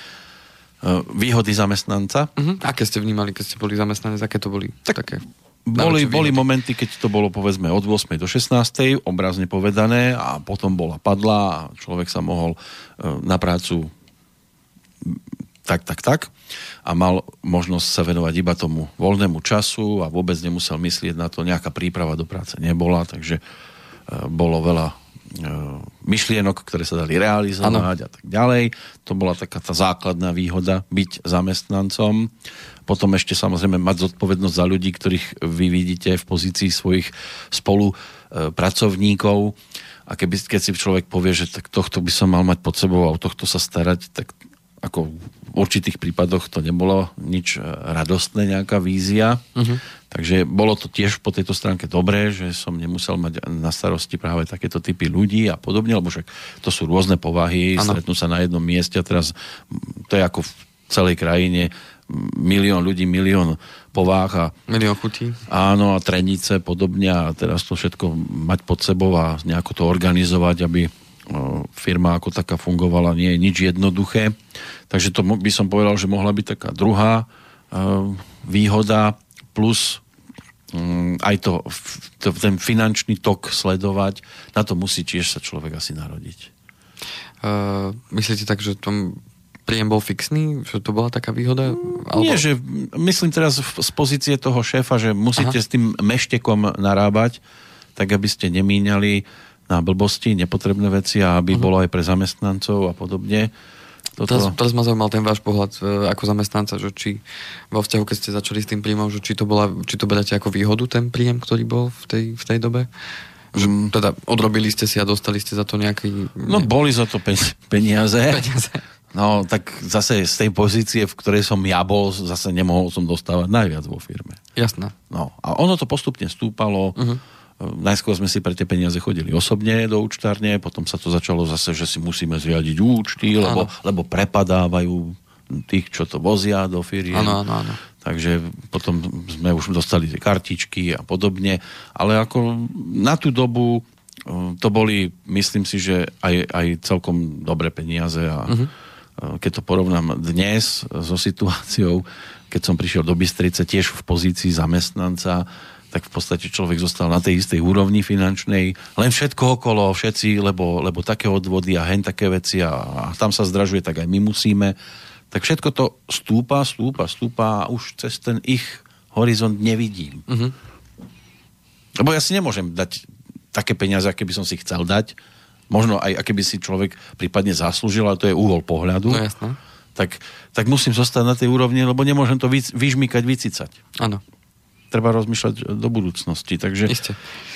Výhody zamestnanca. Uh-huh. Aké ste vnímali, keď ste boli zamestnanec? Aké to boli? Tak také boli, boli momenty, keď to bolo povedzme od ôsmej do šestnástej, obrazne povedané, a potom bola padla a človek sa mohol na prácu tak, tak, tak a mal možnosť sa venovať iba tomu voľnému času a vôbec nemusel myslieť na to, nejaká príprava do práce nebola, takže bolo veľa myšlienok, ktoré sa dali realizovať ano. A tak ďalej. To bola taká tá základná výhoda byť zamestnancom. Potom ešte samozrejme mať zodpovednosť za ľudí, ktorých vy vidíte v pozícii svojich spolupracovníkov. A keby, keď si človek povie, že tak tohto by som mal mať pod sebou a o tohto sa starať, tak ako v určitých prípadoch to nebolo nič radostné, nejaká vízia. Uh-huh. Takže bolo to tiež po tejto stránke dobré, že som nemusel mať na starosti práve takéto typy ľudí a podobne, lebo však to sú rôzne povahy, ano. Stretnú sa na jednom mieste a teraz to je ako v celej krajine milión ľudí, milión povách a milión chutí. Áno, a trenice podobne a teraz to všetko mať pod sebou a nejako to organizovať, aby firma ako taká fungovala, nie je nič jednoduché. Takže to by som povedal, že mohla byť taká druhá výhoda, plus aj to, to, ten finančný tok sledovať, na to musí tiež sa človek asi narodiť. Uh, myslíte tak, že tom príjem bol fixný? Že to bola taká výhoda? Alebo... Nie, že myslím teraz z pozície toho šéfa, že musíte Aha. s tým meštekom narábať, tak aby ste nemíňali na blbosti, nepotrebné veci a aby uh-huh. bolo aj pre zamestnancov a podobne. Toto... Teraz, teraz ma zaujímal ten váš pohľad e, ako zamestnanca, že či vo vzťahu, keď ste začali s tým príjmom, že či to, bola, či to beráte ako výhodu ten príjem, ktorý bol v tej, v tej dobe? Že mm. teda odrobili ste si a dostali ste za to nejaký... Ne... No boli za to pe- peniaze. peniaze. No tak zase z tej pozície, v ktorej som ja bol, zase nemohol som dostávať najviac vo firme. Jasné. No a ono to postupne stúpalo. Uh-huh. Najskôr sme si pre tie peniaze chodili osobne do účtárne, potom sa to začalo zase, že si musíme zriadiť účty, lebo, lebo prepadávajú tých, čo to vozia do firiem. Áno, áno, áno. Takže potom sme už dostali tie kartičky a podobne. Ale ako na tú dobu to boli, myslím si, že aj, aj celkom dobré peniaze a uh-huh. keď to porovnám dnes so situáciou, keď som prišiel do Bystrice tiež v pozícii zamestnanca, tak v podstate človek zostal na tej istej úrovni finančnej, len všetko okolo, všetci, lebo, lebo také odvody a hen také veci a, a tam sa zdražuje, tak aj my musíme. Tak všetko to stúpa, stúpa, stúpa a už cez ten ich horizont nevidím. Uh-huh. Lebo ja si nemôžem dať také peniaze, aké by som si chcel dať. Možno aj aké by si človek prípadne zaslúžil, ale to je uhol pohľadu. No jasné. Tak, tak musím zostať na tej úrovni, lebo nemôžem to vy, vyžmýkať, vycicať. Áno. Treba rozmýšľať do budúcnosti. Takže, Isté.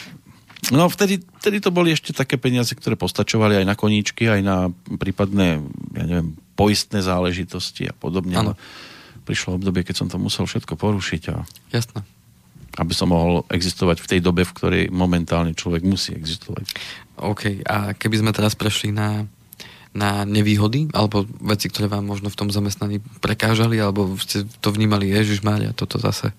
no vtedy, vtedy to boli ešte také peniaze, ktoré postačovali aj na koníčky, aj na prípadné, ja neviem, poistné záležitosti a podobne. Áno. Prišlo obdobie, keď som to musel všetko porušiť. A Jasné. aby som mohol existovať v tej dobe, v ktorej momentálne človek musí existovať. OK. A keby sme teraz prešli na, na nevýhody, alebo veci, ktoré vám možno v tom zamestnaní prekážali, alebo ste to vnímali, Ježišmária, toto zase...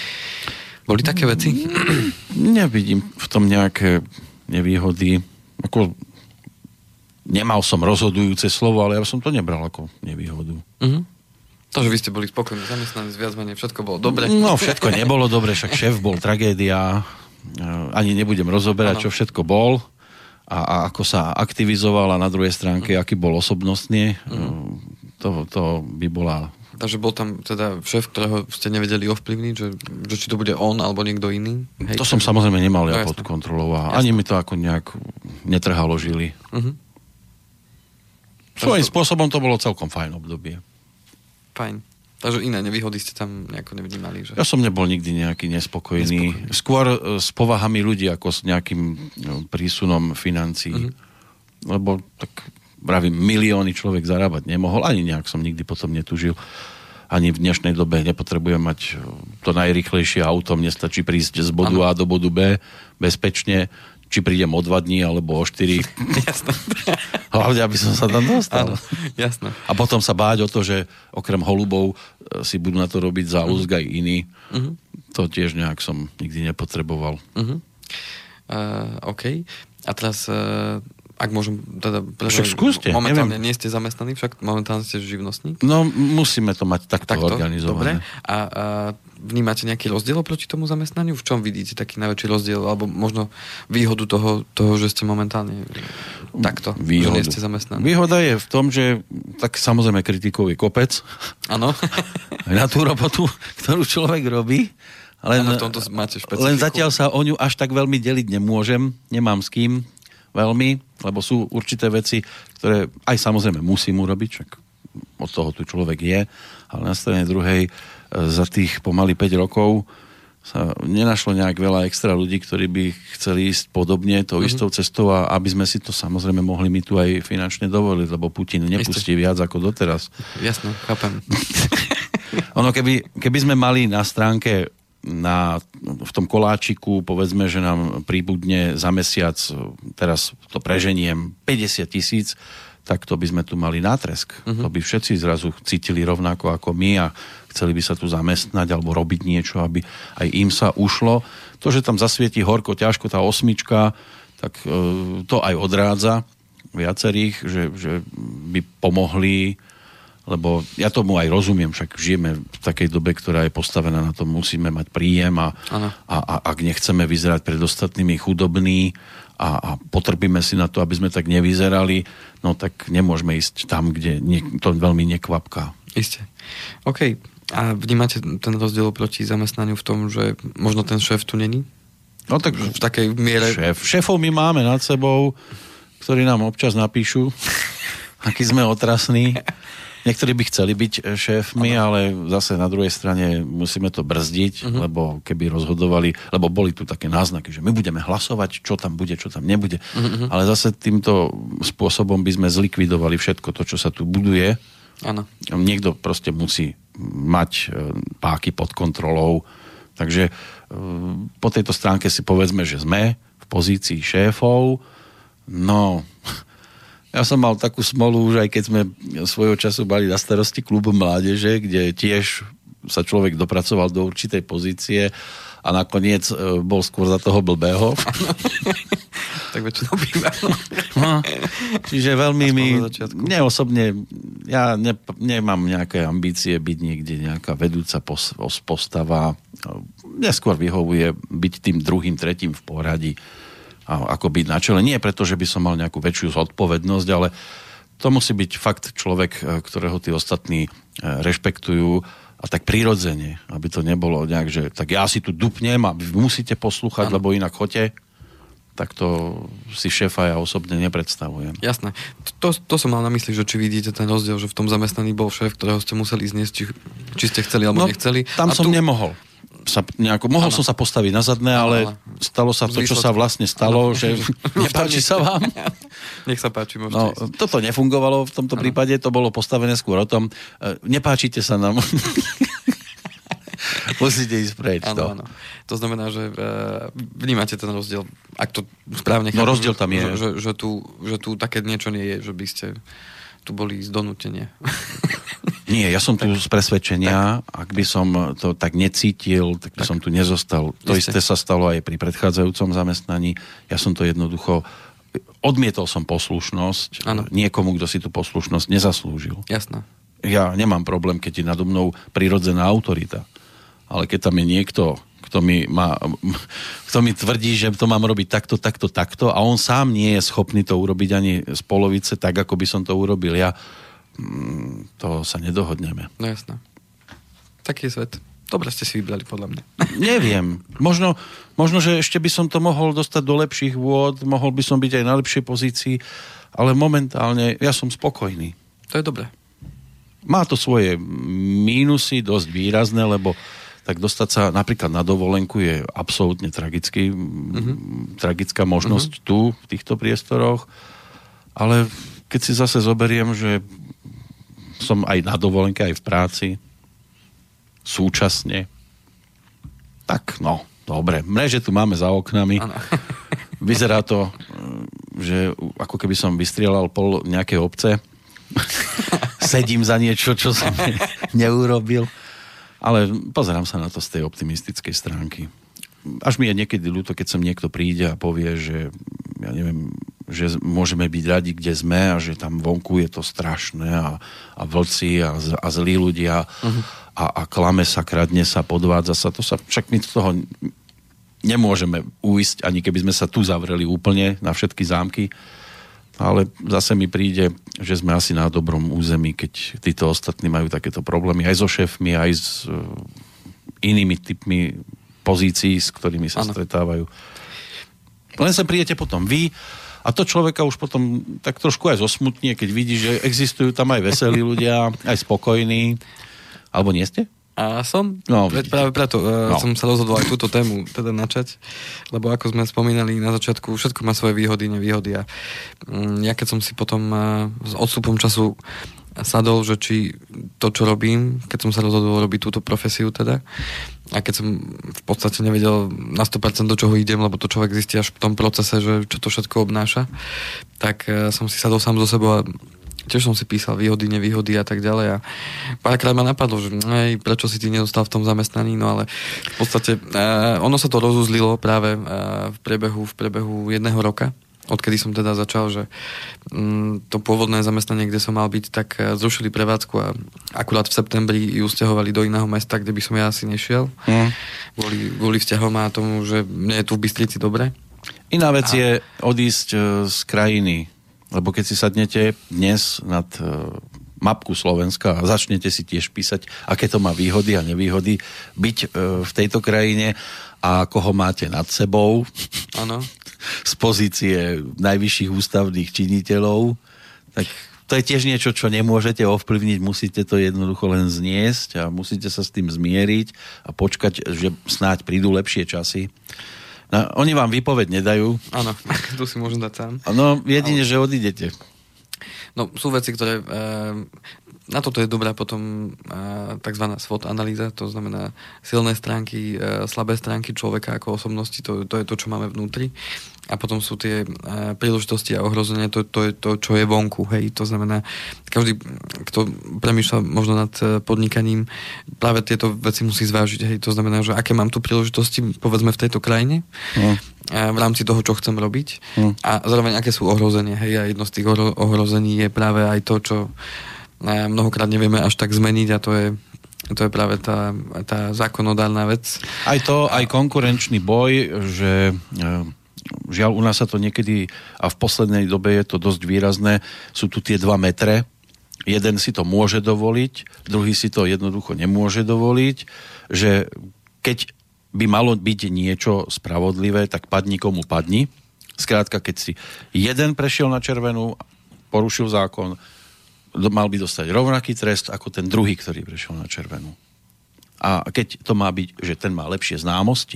Boli také veci? Nevidím v tom nejaké nevýhody. Ako, nemal som rozhodujúce slovo, ale ja som to nebral ako nevýhodu. Uh-huh. To, že vy ste boli spokojní zamestnaní, viac menej všetko bolo dobre. No, všetko nebolo dobre, však šéf bol tragédia. Ani nebudem rozoberať, ano. Čo všetko bol a, a ako sa aktivizoval a na druhej stránke, uh-huh. aký bol osobnostne. Uh-huh. To, to by bola... Takže bol tam teda šéf, ktorého ste nevedeli ovplyvniť, že, že či to bude on alebo niekto iný? Hej, to som že... samozrejme nemal ja no, pod kontrolou a ani mi to ako nejak netrhalo žily. Uh-huh. Svojím to... spôsobom to bolo celkom fajn obdobie. Fajn. Takže iné nevýhody ste tam nejako nevnímali? Že... Ja som nebol nikdy nejaký nespokojný. nespokojný. Skôr s povahami ľudí ako s nejakým prísunom financií. Uh-huh. Lebo tak... Pravím, milióny človek zarábať nemohol, ani nejak som nikdy potom netužil. ani v dnešnej dobe nepotrebujem mať to najrýchlejšie auto, mne stačí prísť z bodu ano. A do bodu B bezpečne, či prídem o dva dní, alebo o štyri. Jasné. Hlavne, aby som sa tam dostal. Áno, jasné. A potom sa báť o to, že okrem holubov si budú na to robiť záľusk aj iní. Uh-huh. To tiež nejak som nikdy nepotreboval. Uh-huh. Uh, OK. A teraz... Uh... Ak môžem, teda... Však skúste, momentálne neviem. nie ste zamestnaní, však momentálne ste živnostník. No, musíme to mať takto, takto organizované. Dobre. A, a vnímate nejaký rozdiel oproti tomu zamestnaniu? V čom vidíte taký najväčší rozdiel? Alebo možno výhodu toho, toho že ste momentálne takto, výhodu. Že nie ste zamestnaní? Výhoda je v tom, že tak samozrejme kritikov je kopec. Áno. Na tú robotu, ktorú človek robí. Len, ano, v tomto máte špecifiku. Len zatiaľ sa o ňu až tak veľmi deliť nemôžem. Nemám s kým veľmi, lebo sú určité veci, ktoré aj samozrejme musím urobiť, však od toho tu človek je, ale na strane druhej za tých pomaly päť rokov sa nenašlo nejak veľa extra ľudí, ktorí by chceli ísť podobne tou mm-hmm. istou cestou a aby sme si to samozrejme mohli my tu aj finančne dovoliť, lebo Putin nepustí Isté. Viac ako doteraz. Jasné, chápem. Ono, keby, keby sme mali na stránke na, v tom koláčiku, povedzme, že nám príbudne za mesiac, teraz to preženiem, päťdesiat tisíc, tak to by sme tu mali nátresk. Uh-huh. To by všetci zrazu cítili rovnako ako my a chceli by sa tu zamestnať alebo robiť niečo, aby aj im sa ušlo. To, že tam zasvieti horko, ťažko tá osmička, tak e, to aj odrádza viacerých, že, že by pomohli. Lebo ja tomu aj rozumiem, však žijeme v takej dobe, ktorá je postavená na to, musíme mať príjem a, a, a ak nechceme vyzerať pred ostatnými chudobní a, a potrbíme si na to, aby sme tak nevyzerali, no tak nemôžeme ísť tam, kde nie, to veľmi nekvapká. Isté. OK. A vnímate ten rozdiel proti zamestnaniu v tom, že možno ten šéf tu není? No tak v takej miere... Šéf. Šéfov my máme nad sebou, ktorí nám občas napíšu, aký sme otrasní. Niektorí by chceli byť šéfmi, ano. Ale zase na druhej strane musíme to brzdiť, uh-huh. lebo keby rozhodovali, lebo boli tu také náznaky, že my budeme hlasovať, čo tam bude, čo tam nebude. Uh-huh. Ale zase týmto spôsobom by sme zlikvidovali všetko to, čo sa tu buduje. Ano. Niekto proste musí mať páky pod kontrolou. Takže po tejto stránke si povedzme, že sme v pozícii šéfov. No... Ja som mal takú smolu, už aj keď sme svojho času mali na starosti klub mládeže, kde tiež sa človek dopracoval do určitej pozície a nakoniec bol skôr za toho blbého. Tak väčšinou býva. No, čiže veľmi mi... Mne osobne, ja ne, nemám nejaké ambície byť niekde nejaká vedúca pos, postava. Mne skôr vyhovuje byť tým druhým, tretím v poradí. A ako byť na čele. Nie preto, že by som mal nejakú väčšiu zodpovednosť, ale to musí byť fakt človek, ktorého tí ostatní rešpektujú a tak prirodzene, aby to nebolo nejak, že tak ja si tu dupnem a vy musíte poslúchať, ano. Lebo inak choďte, tak to si šéfa ja osobne nepredstavujem. Jasné. To, to som mal na mysli, že či vidíte ten rozdiel, že v tom zamestnaní bol šéf, ktorého ste museli zniesť, či, či ste chceli alebo no, nechceli. Tam a som tu... nemohol. Sa nejako, mohol ano. Som sa postaviť na zadné, ano, ale stalo sa to, čo sa vlastne stalo, ano. Že nepáči sa vám. Nech sa páči, môžete no, ísť. Toto nefungovalo v tomto ano. Prípade, to bolo postavené skôr o tom, nepáčite sa nám. Musíte ísť preč. Áno, to. áno. To znamená, že vnímate ten rozdiel, ak to správne chápem. No rozdiel tam je. Že, že, že, tu, že tu také niečo nie je, že by ste tu boli z donútenia. Nie, ja som tu z presvedčenia, ak by som to tak necítil, tak by tak. Som tu nezostal. To isté. Isté sa stalo aj pri predchádzajúcom zamestnaní. Ja som to jednoducho... Odmietol som poslušnosť ano. Niekomu, kto si tú poslušnosť nezaslúžil. Jasné. Ja nemám problém, keď je nado mnou prirodzená autorita. Ale keď tam je niekto, kto mi, má, kto mi tvrdí, že to mám robiť takto, takto, takto a on sám nie je schopný to urobiť ani z polovice tak, ako by som to urobil ja, to sa nedohodneme. No jasné. Taký je svet. Dobre ste si vybrali, podľa mňa. Neviem. Možno, možno, že ešte by som to mohol dostať do lepších vôd, mohol by som byť aj na lepšej pozícii, ale momentálne ja som spokojný. To je dobré. Má to svoje mínusy, dosť výrazné, lebo tak dostať sa napríklad na dovolenku je absolútne tragický, mm-hmm. tragická možnosť mm-hmm. tu, v týchto priestoroch, ale keď si zase zoberiem, že som aj na dovolenke, aj v práci, súčasne. Tak, no, dobre. Mreže tu máme za oknami. Ano. Vyzerá to, že ako keby som vystrieľal pol nejakej obce. Sedím za niečo, čo som neurobil. Ale pozerám sa na to z tej optimistickej stránky. Až mi je niekedy ľúto, keď sem niekto príde a povie, že ja neviem, že môžeme byť radi, kde sme a že tam vonku je to strašné a, a vlci a, a zlí ľudia uh-huh. a, a klame sa, kradne sa, podvádza sa. To sa však my z toho nemôžeme uísť, ani keby sme sa tu zavreli úplne na všetky zámky. Ale zase mi príde, že sme asi na dobrom území, keď títo ostatní majú takéto problémy aj so šéfmi, aj s uh, inými typmi pozícií, s ktorými sa ano. stretávajú. Len sa prídete potom vy a to človeka už potom tak trošku aj zosmutnie, keď vidí, že existujú tam aj veselí ľudia, aj spokojní. Alebo nie ste? A som, no, práve preto no. som sa rozhodol aj túto tému teda načať, lebo ako sme spomínali na začiatku, všetko má svoje výhody, nevýhody a ja keď som si potom s odstupom času sadol, že či to, čo robím, keď som sa rozhodol robiť túto profesiu teda, a keď som v podstate nevedel na sto percent do čoho idem, lebo to človek zistí až v tom procese, že čo to všetko obnáša, tak som si sadol sám zo sebou a tiež som si písal výhody, nevýhody a tak ďalej a párkrát ma napadlo, že hej, prečo si ty nedostal v tom zamestnaní, no ale v podstate uh, ono sa to rozuzlilo práve uh, v priebehu, v priebehu jedného roka, odkedy som teda začal, že um, to pôvodné zamestnanie, kde som mal byť, tak uh, zrušili prevádzku a akurát v septembri ju sťahovali do iného mesta, kde by som ja asi nešiel mm. kvôli, kvôli vzťahom a tomu, že mne je tu v Bystrici dobre. Iná vec a... je odísť uh, z krajiny. Lebo keď si sadnete dnes nad uh, mapku Slovenska a začnete si tiež písať, aké to má výhody a nevýhody byť uh, v tejto krajine a koho máte nad sebou ano. z pozície najvyšších ústavných činiteľov, tak to je tiež niečo, čo nemôžete ovplyvniť, musíte to jednoducho len zniesť a musíte sa s tým zmieriť a počkať, že snáď prídu lepšie časy. No, oni vám výpoveď nedajú. Áno, tu si môžem dať sám. No, jedine, Ale... že odídete. No, sú veci, ktoré... E, na toto je dobrá potom e, takzvaná SWOT analýza, to znamená silné stránky, e, slabé stránky človeka ako osobnosti, to, to je to, čo máme vnútri. A potom sú tie e, príležitosti a ohrozenia, to, to je to, čo je vonku, hej. To znamená, každý, kto premýšľa možno nad podnikaním, práve tieto veci musí zvážiť, hej. To znamená, že aké mám tu príležitosti, povedzme v tejto krajine, mm. v rámci toho, čo chcem robiť mm. a zároveň aké sú ohrozenia, hej. A jedno z tých ohro- ohrození je práve aj to, čo mnohokrát nevieme až tak zmeniť a to je to je práve tá, tá zákonodárna vec. Aj to, aj konkurenčný boj, že žiaľ, u nás sa to niekedy, a v poslednej dobe je to dosť výrazné, sú tu tie dva metre. Jeden si to môže dovoliť, druhý si to jednoducho nemôže dovoliť, že keď by malo byť niečo spravodlivé, tak padni komu padni. Skrátka, keď si jeden prešiel na červenú, porušil zákon, mal by dostať rovnaký trest ako ten druhý, ktorý prešiel na červenú. A keď to má byť, že ten má lepšie známosti,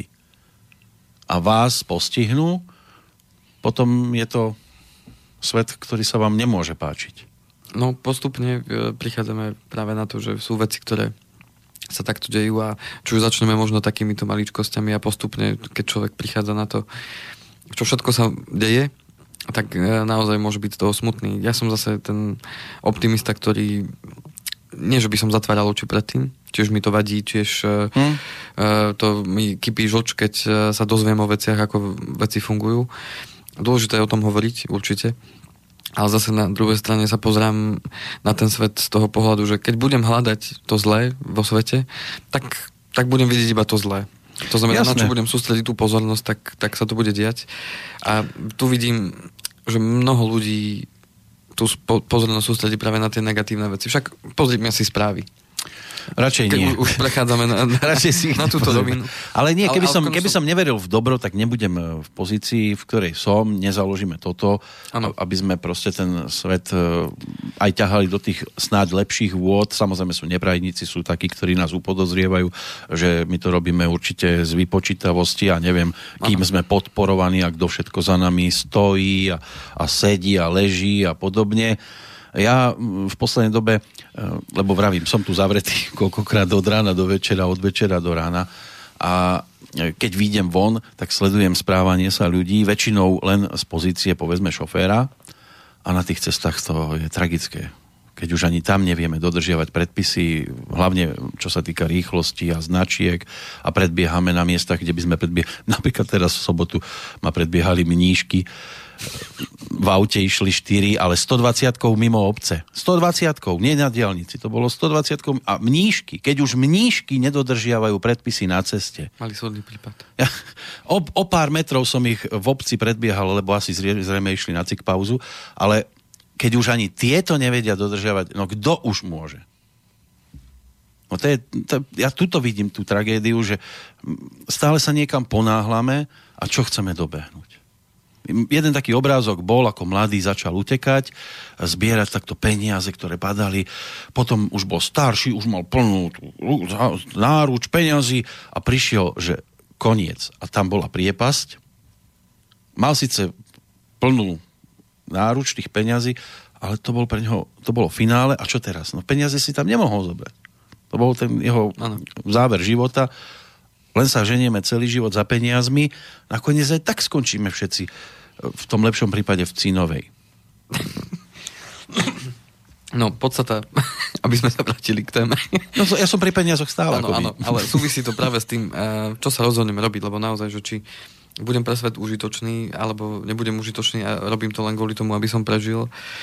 a vás postihnú, potom je to svet, ktorý sa vám nemôže páčiť. No postupne prichádzame práve na to, že sú veci, ktoré sa takto dejú a čo už začneme možno takýmito maličkosťami a postupne, keď človek prichádza na to, čo všetko sa deje, tak naozaj môže byť z toho smutný. Ja som zase ten optimista, ktorý nie, že by som zatváral oči predtým, tiež mi to vadí, tiež hmm. to mi kypí žlč, keď sa dozviem o veciach, ako veci fungujú. Dôležité je o tom hovoriť, určite. Ale zase na druhej strane sa pozerám na ten svet z toho pohľadu, že keď budem hľadať to zlé vo svete, tak, tak budem vidieť iba to zlé. To znamená, Jasné. na čo budem sústrediť tú pozornosť, tak, tak sa to bude diať. A tu vidím, že mnoho ľudí tú pozornosť sústredí práve na tie negatívne veci. Však pozrime si správy. Radšej Keď nie. Už prechádzame na, na, si na túto rovinu. Ale nie, keby, ale, som, ale keby som neveril v dobro, tak nebudem v pozícii, v ktorej som, nezaložíme toto, ano. aby sme proste ten svet aj ťahali do tých snáď lepších vôd. Samozrejme sú neprajníci, sú takí, ktorí nás upodozrievajú, že my to robíme určite z vypočítavosti a neviem, kým ano. sme podporovaní a kto všetko za nami stojí a, a sedí a leží a podobne. Ja v poslednej dobe, lebo vravím, som tu zavretý koľkokrát od rána do večera, od večera do rána a keď vyjdem von, tak sledujem správanie sa ľudí, väčšinou len z pozície, povedzme, šoféra a na tých cestách to je tragické. Keď už ani tam nevieme dodržiavať predpisy, hlavne čo sa týka rýchlosti a značiek a predbiehame na miestach, kde by sme predbiehali. Napríklad teraz v sobotu ma predbiehali mníšky. V aute išli štyri, ale stodvadsiatkou mimo obce. stodvadsiatkou, nie na diaľnici. To bolo stodvadsiatkou a mníšky. Keď už mníšky nedodržiavajú predpisy na ceste. Mali súdny prípad. Ja, o, o pár metrov som ich v obci predbiehal, lebo asi zrejme išli na cik pauzu, ale keď už ani tieto nevedia dodržiavať, no kto už môže? No to je, to, ja tuto vidím tú tragédiu, že stále sa niekam ponáhlame a čo chceme dobehnúť. Jeden taký obrázok bol, ako mladý začal utekať, zbierať takto peniaze, ktoré padali, potom už bol starší, už mal plnú náruč peniazy a prišiel, že koniec. A tam bola priepasť. Mal síce plnú náruč tých peňazí, ale to bol pre neho, to bolo finále a čo teraz? No peniaze si tam nemohol zobrať. To bol ten jeho ano. záver života. Len sa ženieme celý život za peniazmi, nakoniec aj tak skončíme všetci v tom lepšom prípade v Cínovej. No, podstata, aby sme sa vrátili k téme. No, ja som pri peniazoch stále. Áno, áno, ale súvisí to práve s tým, čo sa rozhodneme robiť, lebo naozaj, že či budem pre svet užitočný, alebo nebudem užitočný a robím to len kvôli tomu, aby som prežil.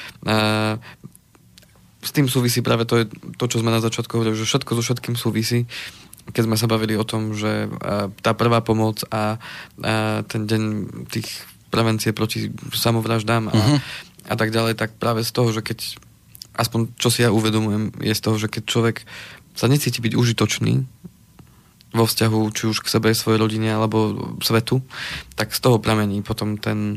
S tým súvisí práve to, je to čo sme na začiatku hovorili, že všetko so všetkým súvisí. Keď sme sa bavili o tom, že tá prvá pomoc a ten deň tých prevencie proti samovraždám a, uh-huh. a tak ďalej, tak práve z toho, že keď aspoň čo si ja uvedomujem, je z toho, že keď človek sa necíti byť užitočný vo vzťahu, či už k sebe, svojej rodine, alebo svetu, tak z toho pramení potom ten,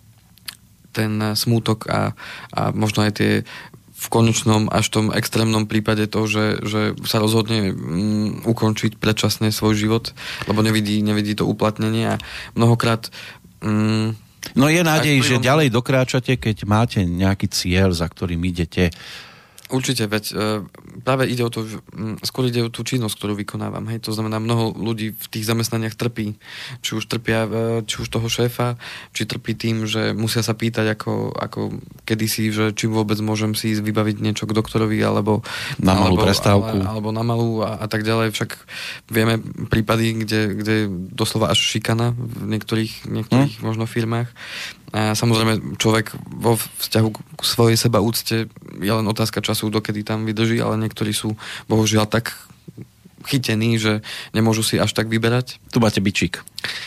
ten smútok a, a možno aj tie v konečnom až tom extrémnom prípade to, že, že sa rozhodne mm, ukončiť predčasne svoj život, lebo nevidí, nevidí to uplatnenie a mnohokrát mm, no je nádej, že ďalej dokráčate, keď máte nejaký cieľ, za ktorým idete. Určite, veď e, práve ide o to, m, skôr ide o tú činnosť, ktorú vykonávam. Hej, to znamená, mnoho ľudí v tých zamestnaniach trpí. Či už trpia, e, či už toho šéfa, či trpí tým, že musia sa pýtať ako, ako kedysi, že či vôbec môžem si ísť vybaviť niečo k doktorovi, alebo na malú alebo, prestávku. Ale, alebo na malú a, a tak ďalej. Však vieme prípady, kde, kde doslova až šikana v niektorých, niektorých hm? možno firmách. A samozrejme, človek vo vzťahu k svojej sebaúcte je len otázka času, dokedy tam vydrží, ale niektorí sú bohužiaľ tak chytení, že nemôžu si až tak vyberať. Tu máte bičík.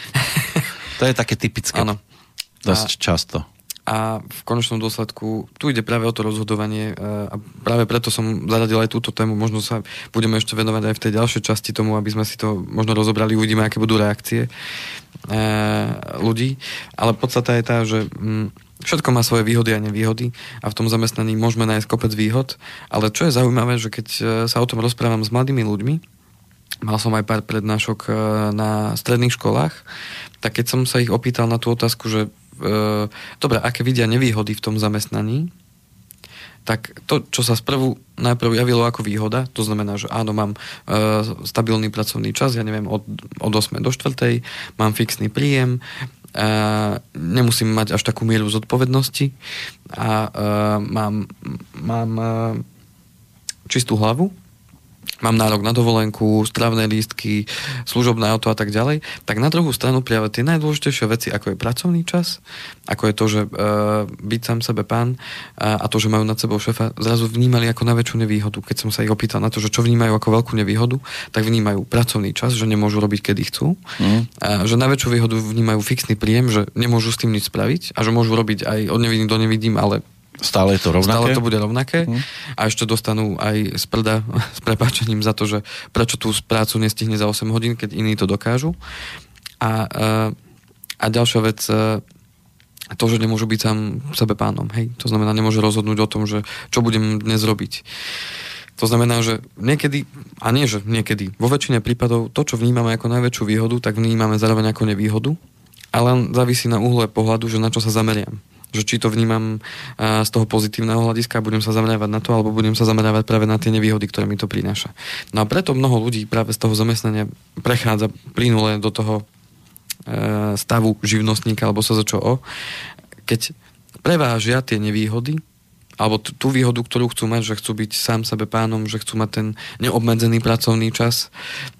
To je také typické. Áno. Dosť a, často. A v konečnom dôsledku tu ide práve o to rozhodovanie a práve preto som zaradil aj túto tému. Možno sa budeme ešte venovať aj v tej ďalšej časti tomu, aby sme si to možno rozobrali, uvidíme, aké budú reakcie ľudí. Ale podstata je tá, že všetko má svoje výhody a nevýhody a v tom zamestnaní môžeme nájsť kopec výhod, ale čo je zaujímavé, že keď sa o tom rozprávam s mladými ľuďmi, mal som aj pár prednášok na stredných školách, tak keď som sa ich opýtal na tú otázku, že e, dobre, aké vidia nevýhody v tom zamestnaní, tak to, čo sa sprvu najprv javilo ako výhoda, to znamená, že áno, mám e, stabilný pracovný čas, ja neviem, od, od ôsmej do štvrtej, mám fixný príjem, e, nemusím mať až takú mieru zodpovednosti a e, mám, mám e, čistú hlavu, mám nárok na dovolenku, strávne lístky, služobné auto a tak ďalej, tak na druhú stranu práve tie najdôležitejšie veci, ako je pracovný čas, ako je to, že e, byť sám sebe pán a, a to, že majú nad sebou šéfa, zrazu vnímali ako najväčšiu nevýhodu. Keď som sa ich opýtal na to, že čo vnímajú ako veľkú nevýhodu, tak vnímajú pracovný čas, že nemôžu robiť, kedy chcú. Mm. A že najväčšiu výhodu vnímajú fixný príjem, že nemôžu s tým nič spraviť a že môžu robiť aj od nevidím do nevidím, ale stále je to rovnaké. Stále to bude rovnaké. Hmm. A ešte dostanú aj z prda s prepáčením za to, že prečo tú prácu nestihne za osem hodín, keď iní to dokážu. A, a ďalšia vec, to, že nemôžu byť sám sebe pánom. Hej? To znamená, nemôže rozhodnúť o tom, že čo budem dnes robiť. To znamená, že niekedy, a nie, že niekedy, vo väčšine prípadov to, čo vnímame ako najväčšiu výhodu, tak vnímame zároveň ako nevýhodu, ale len závisí na uhle pohľadu, že na čo sa zameriam. Že či to vnímam z toho pozitívneho hľadiska a budem sa zamerávať na to, alebo budem sa zamerávať práve na tie nevýhody, ktoré mi to prináša. No a preto mnoho ľudí práve z toho zamestnania prechádza plynule do toho stavu živnostníka alebo es zet č o, keď prevážia tie nevýhody alebo t- tú výhodu, ktorú chcú mať, že chcú byť sám sebe pánom, že chcú mať ten neobmedzený pracovný čas,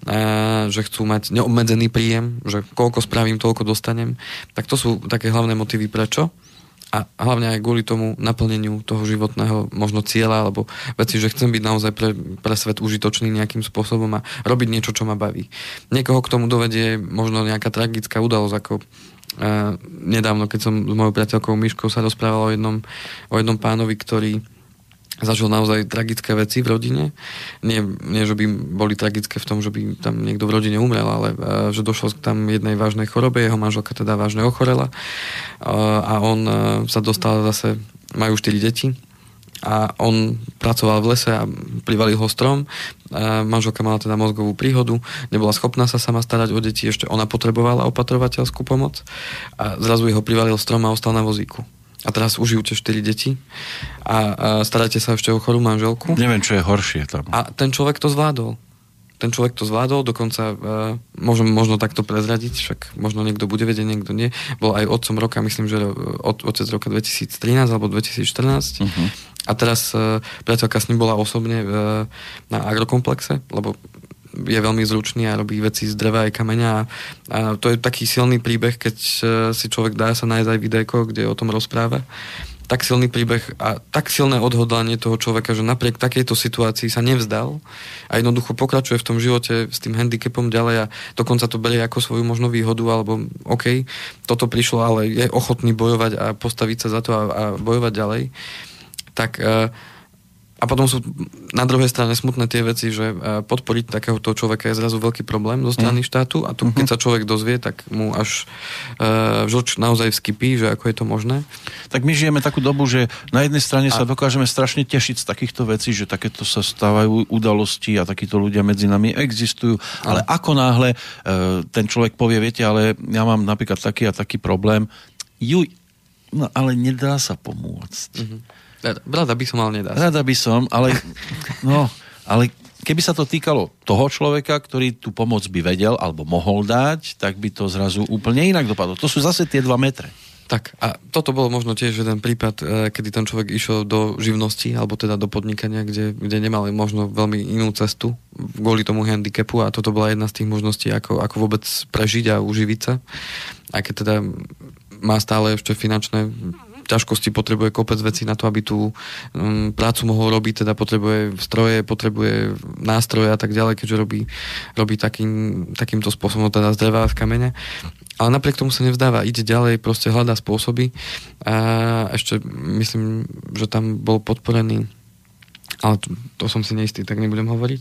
a že chcú mať neobmedzený príjem, že koľko spravím, toľko dostanem, tak to sú také hlavné motívy prečo. A hlavne aj kvôli tomu naplneniu toho životného možno cieľa alebo veci, že chcem byť naozaj pre, pre svet užitočný nejakým spôsobom a robiť niečo, čo ma baví. Niekoho k tomu dovedie možno nejaká tragická udalosť, ako Uh, nedávno, keď som s mojou priateľkou Myškou sa rozprával o jednom, o jednom pánovi, ktorý zažil naozaj tragické veci v rodine. Nie, nie, že by boli tragické v tom, že by tam niekto v rodine umrel, ale uh, že došlo k tam jednej vážnej chorobe, jeho manželka teda vážne ochorela uh, a on uh, sa dostal zase, majú štyri deti a on pracoval v lese a privalil ho strom. A manželka mala teda mozgovú príhodu, nebola schopná sa sama starať o deti, ešte ona potrebovala opatrovateľskú pomoc a zrazu jeho privalil strom a ostal na vozíku. A teraz užijúte štyri deti a, a staráte sa ešte o chorú manželku. Neviem, čo je horšie tam. A ten človek to zvládol. Ten človek to zvládol, dokonca uh, môžem možno takto prezradiť, však možno niekto bude vedieť, niekto nie. Bol aj otcom roka, myslím, že od, otec roka dvetisíctrinásť alebo dvetisícštrnásť. Uh-huh. A teraz uh, priateľka s ním bola osobne uh, na agrokomplexe, lebo je veľmi zručný a robí veci z dreva aj kameňa. A, a to je taký silný príbeh, keď uh, si človek dá sa nájsť aj videjko, kde o tom rozpráva. Tak silný príbeh a tak silné odhodlanie toho človeka, že napriek takejto situácii sa nevzdal a jednoducho pokračuje v tom živote s tým handicapom ďalej a dokonca to berie ako svoju možno výhodu, alebo OK, toto prišlo, ale je ochotný bojovať a postaviť sa za to a, a bojovať ďalej. Tak a potom sú na druhej strane smutné tie veci, že podporiť takéhoto človeka je zrazu veľký problém zo strany štátu a tu, keď sa človek dozvie, tak mu až uh, žlč naozaj vskypí, že ako je to možné. Tak my žijeme takú dobu, že na jednej strane a... sa dokážeme strašne tešiť z takýchto vecí, že takéto sa stávajú udalosti a takíto ľudia medzi nami existujú, ale a... ako náhle uh, ten človek povie, viete, ale ja mám napríklad taký a taký problém, juj, no ale nedá sa pomôcť. Mhm. Rada by som, ale nedá. Rada by som, ale no, ale keby sa to týkalo toho človeka, ktorý tú pomoc by vedel alebo mohol dať, tak by to zrazu úplne inak dopadlo. To sú zase tie dva metre. Tak a toto bolo možno tiež jeden prípad, kedy ten človek išiel do živnosti alebo teda do podnikania, kde, kde nemal možno veľmi inú cestu kvôli tomu handicapu a toto bola jedna z tých možností, ako, ako vôbec prežiť a uživiť sa. A keď teda má stále ešte finančné ťažkosti, potrebuje kopec vecí na to, aby tú um, prácu mohol robiť, teda potrebuje stroje, potrebuje nástroje a tak ďalej, keďže robí, robí takým, takýmto spôsobom, teda z dreva a z kameňa. Ale napriek tomu sa nevzdáva, ide ďalej, proste hľadá spôsoby a ešte myslím, že tam bol podporený, ale to, to som si neistý, tak nebudem hovoriť.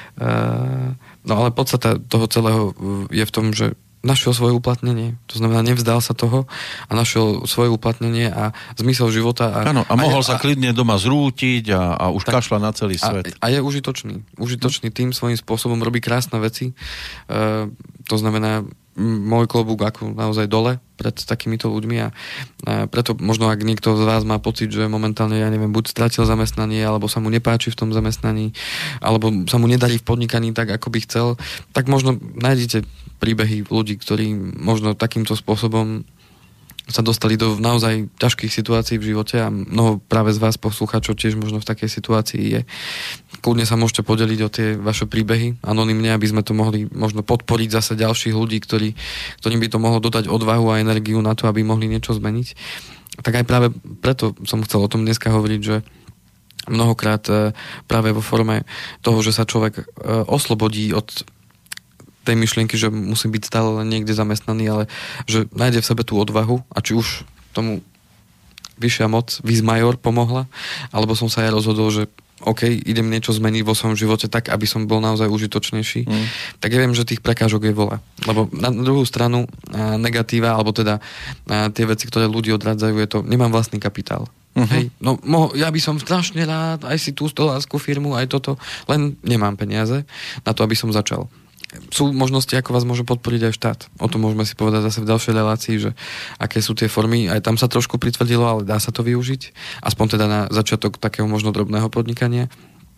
Uh, no ale podstata toho celého je v tom, že našiel svoje uplatnenie. To znamená, nevzdal sa toho a našiel svoje uplatnenie a zmysel života. Áno, a, a mohol a je, sa klidne doma zrútiť a, a už tak, kašľa na celý svet. A, a je užitočný. Užitočný tým svojím spôsobom, robí krásne veci. E, to znamená, môj klobúk ako naozaj dole pred takýmito ľuďmi a, a preto možno ak niekto z vás má pocit, že momentálne, ja neviem, buď stratil zamestnanie, alebo sa mu nepáči v tom zamestnaní, alebo sa mu nedarí v podnikaní tak, ako by chcel, tak možno nájdete príbehy ľudí, ktorí možno takýmto spôsobom sa dostali do naozaj ťažkých situácií v živote a mnoho práve z vás poslucháčov tiež možno v takej situácii je. Kľudne sa môžete podeliť o tie vaše príbehy anonymne, aby sme to mohli možno podporiť zase ďalších ľudí, ktorí, ktorým by to mohlo dodať odvahu a energiu na to, aby mohli niečo zmeniť. Tak aj práve preto som chcel o tom dneska hovoriť, že mnohokrát práve vo forme toho, že sa človek oslobodí od tej myšlienky, že musí byť stále len niekde zamestnaný, ale že nájde v sebe tú odvahu a či už tomu vyššia moc, vis major pomohla, alebo som sa aj rozhodol, že OK, idem niečo zmeniť vo svojom živote tak, aby som bol naozaj užitočnejší, mm. tak ja viem, že tých prekážok je veľa. Lebo na druhú stranu negatíva, alebo teda tie veci, ktoré ľudí odrádzajú, je to, nemám vlastný kapitál. Uh-huh. Hej, no mo- ja by som strašne rád aj si tú stolárskú firmu, aj toto, len nemám peniaze na to, aby som začal. sú možnosti, ako vás môže podporiť aj štát. O tom môžeme si povedať zase v ďalšej relácii, že aké sú tie formy. Aj tam sa trošku pritvrdilo, ale dá sa to využiť. Aspoň teda na začiatok takého možno drobného podnikania.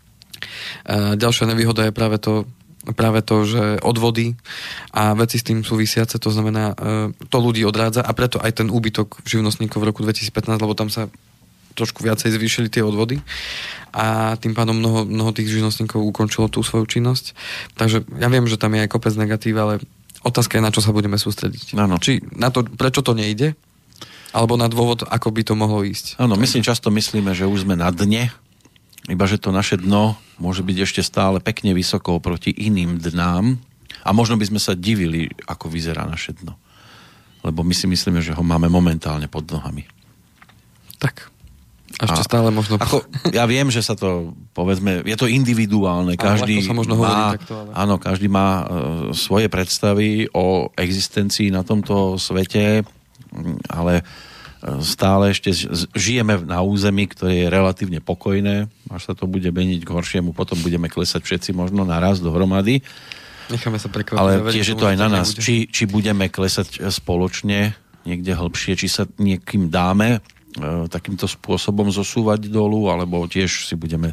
Ďalšia nevýhoda je práve to, práve to, že odvody a veci s tým súvisiace, to znamená, to ľudí odrádza a preto aj ten úbytok živnostníkov v roku dvetisícpätnásť, lebo tam sa trošku viacej zvýšili tie odvody a tým pádom mnoho, mnoho tých živnostníkov ukončilo tú svoju činnosť. Takže ja viem, že tam je aj kopec negatív, ale otázka je, na čo sa budeme sústrediť. Áno. Či na to, prečo to nejde, alebo na dôvod, ako by to mohlo ísť. Áno, my si často myslíme, že už sme na dne, iba že to naše dno môže byť ešte stále pekne vysoko proti iným dnám a možno by sme sa divili, ako vyzerá naše dno. Lebo my si myslíme, že ho máme momentálne pod nohami. Tak. A ešte stále možno... Ako, ja viem, že sa to, povedzme, je to individuálne. Každý sa možno má, hovorí takto, ale... áno, každý má uh, svoje predstavy o existencii na tomto svete, ale stále ešte žijeme na území, ktoré je relatívne pokojné. Až sa to bude meniť k horšiemu, potom budeme klesať všetci možno naraz dohromady. Necháme sa prekvapiť. Ale tiež je to aj na nás, či, či budeme klesať spoločne niekde hlbšie, či sa niekým dáme takýmto spôsobom zosúvať dolu, alebo tiež si budeme uh,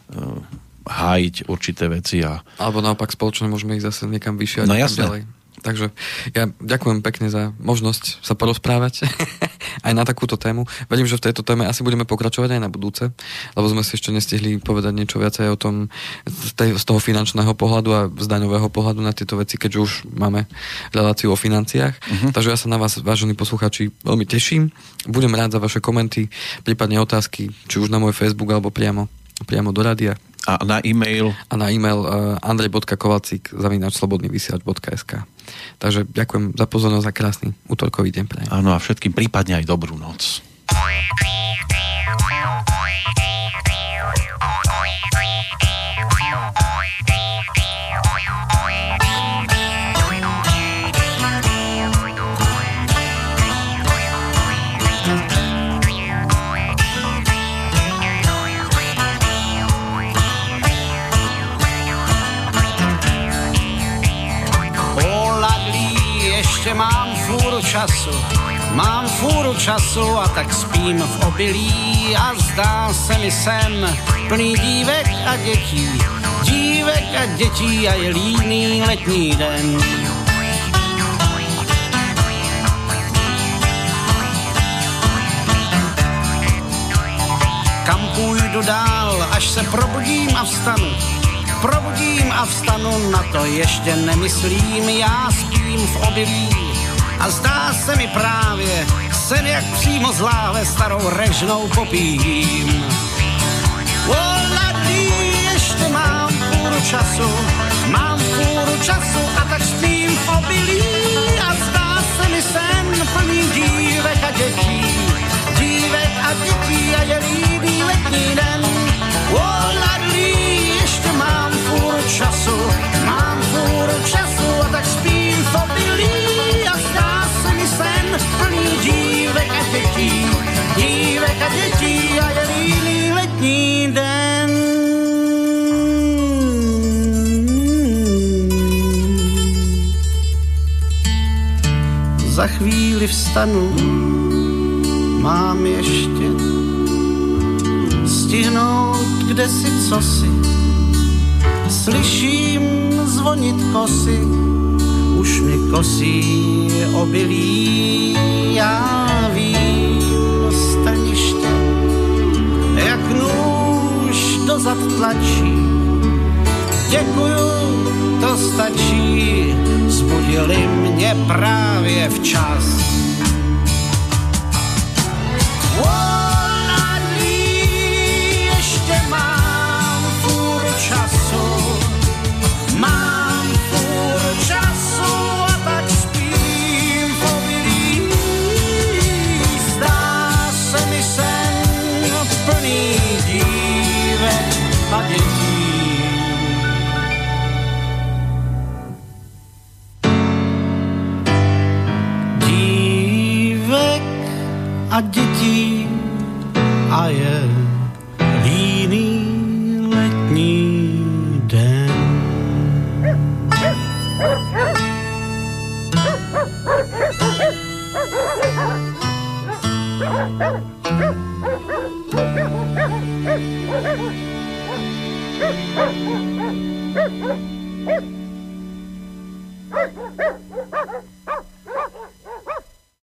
hájiť určité veci. A... Alebo naopak spoločne môžeme ich zase niekam vyššie a no, niekam ďalej. Takže ja ďakujem pekne za možnosť sa porozprávať aj na takúto tému. Verím, že v tejto téme asi budeme pokračovať aj na budúce, lebo sme si ešte nestihli povedať niečo viacej o tom z, tej, z toho finančného pohľadu a z daňového pohľadu na tieto veci, keďže už máme reláciu o financiách. Uh-huh. Takže ja sa na vás, vážení poslucháči, veľmi teším. Budem rád za vaše komenty, prípadne otázky, či už na môj Facebook alebo priamo, priamo do rádia. A na e-mail? A na e-mail uh, andrej bodka kovalcik zavináč slobodný vysielač bodka es ká. Takže ďakujem za pozornosť a krásny útorkový deň prajem. Áno, a všetkým prípadne aj dobrú noc. Mám fůru času, mám fůru času a tak spím v obilí a zdá se mi sen plný dívek a dětí, dívek a dětí a je líný letní den. Kam půjdu dál, až se probudím a vstanu, probudím a vstanu, na to ještě nemyslím, já spím v obilí a zdá se mi právě sen, jak přímo z láhve starou režnou popím. Voladí, ještě mám půru času, mám půru času a tak spím v obilí a zdá se mi sen plný dívek a dětí, dívek a dětí a je líbý letní den. Voladí, ještě mám půru času, mám půru času a tak spím v obilí a zdá se mi sen plný dívek a dětí, dívek a dětí a je líný letní den. Za chvíli vstanu, mám ještě stihnout kdesi cosi. Slyším zvonit kosy, už mi kosí obilí, já vím strniště, jak nůž dozad tlačí. Děkuju, to stačí, zbudili mě právě včas. Mám půl času a tak spím v obilí. Zdá se mi sen plný dívek a dětí. Dívek a dětí a je líný letní den. Thank you.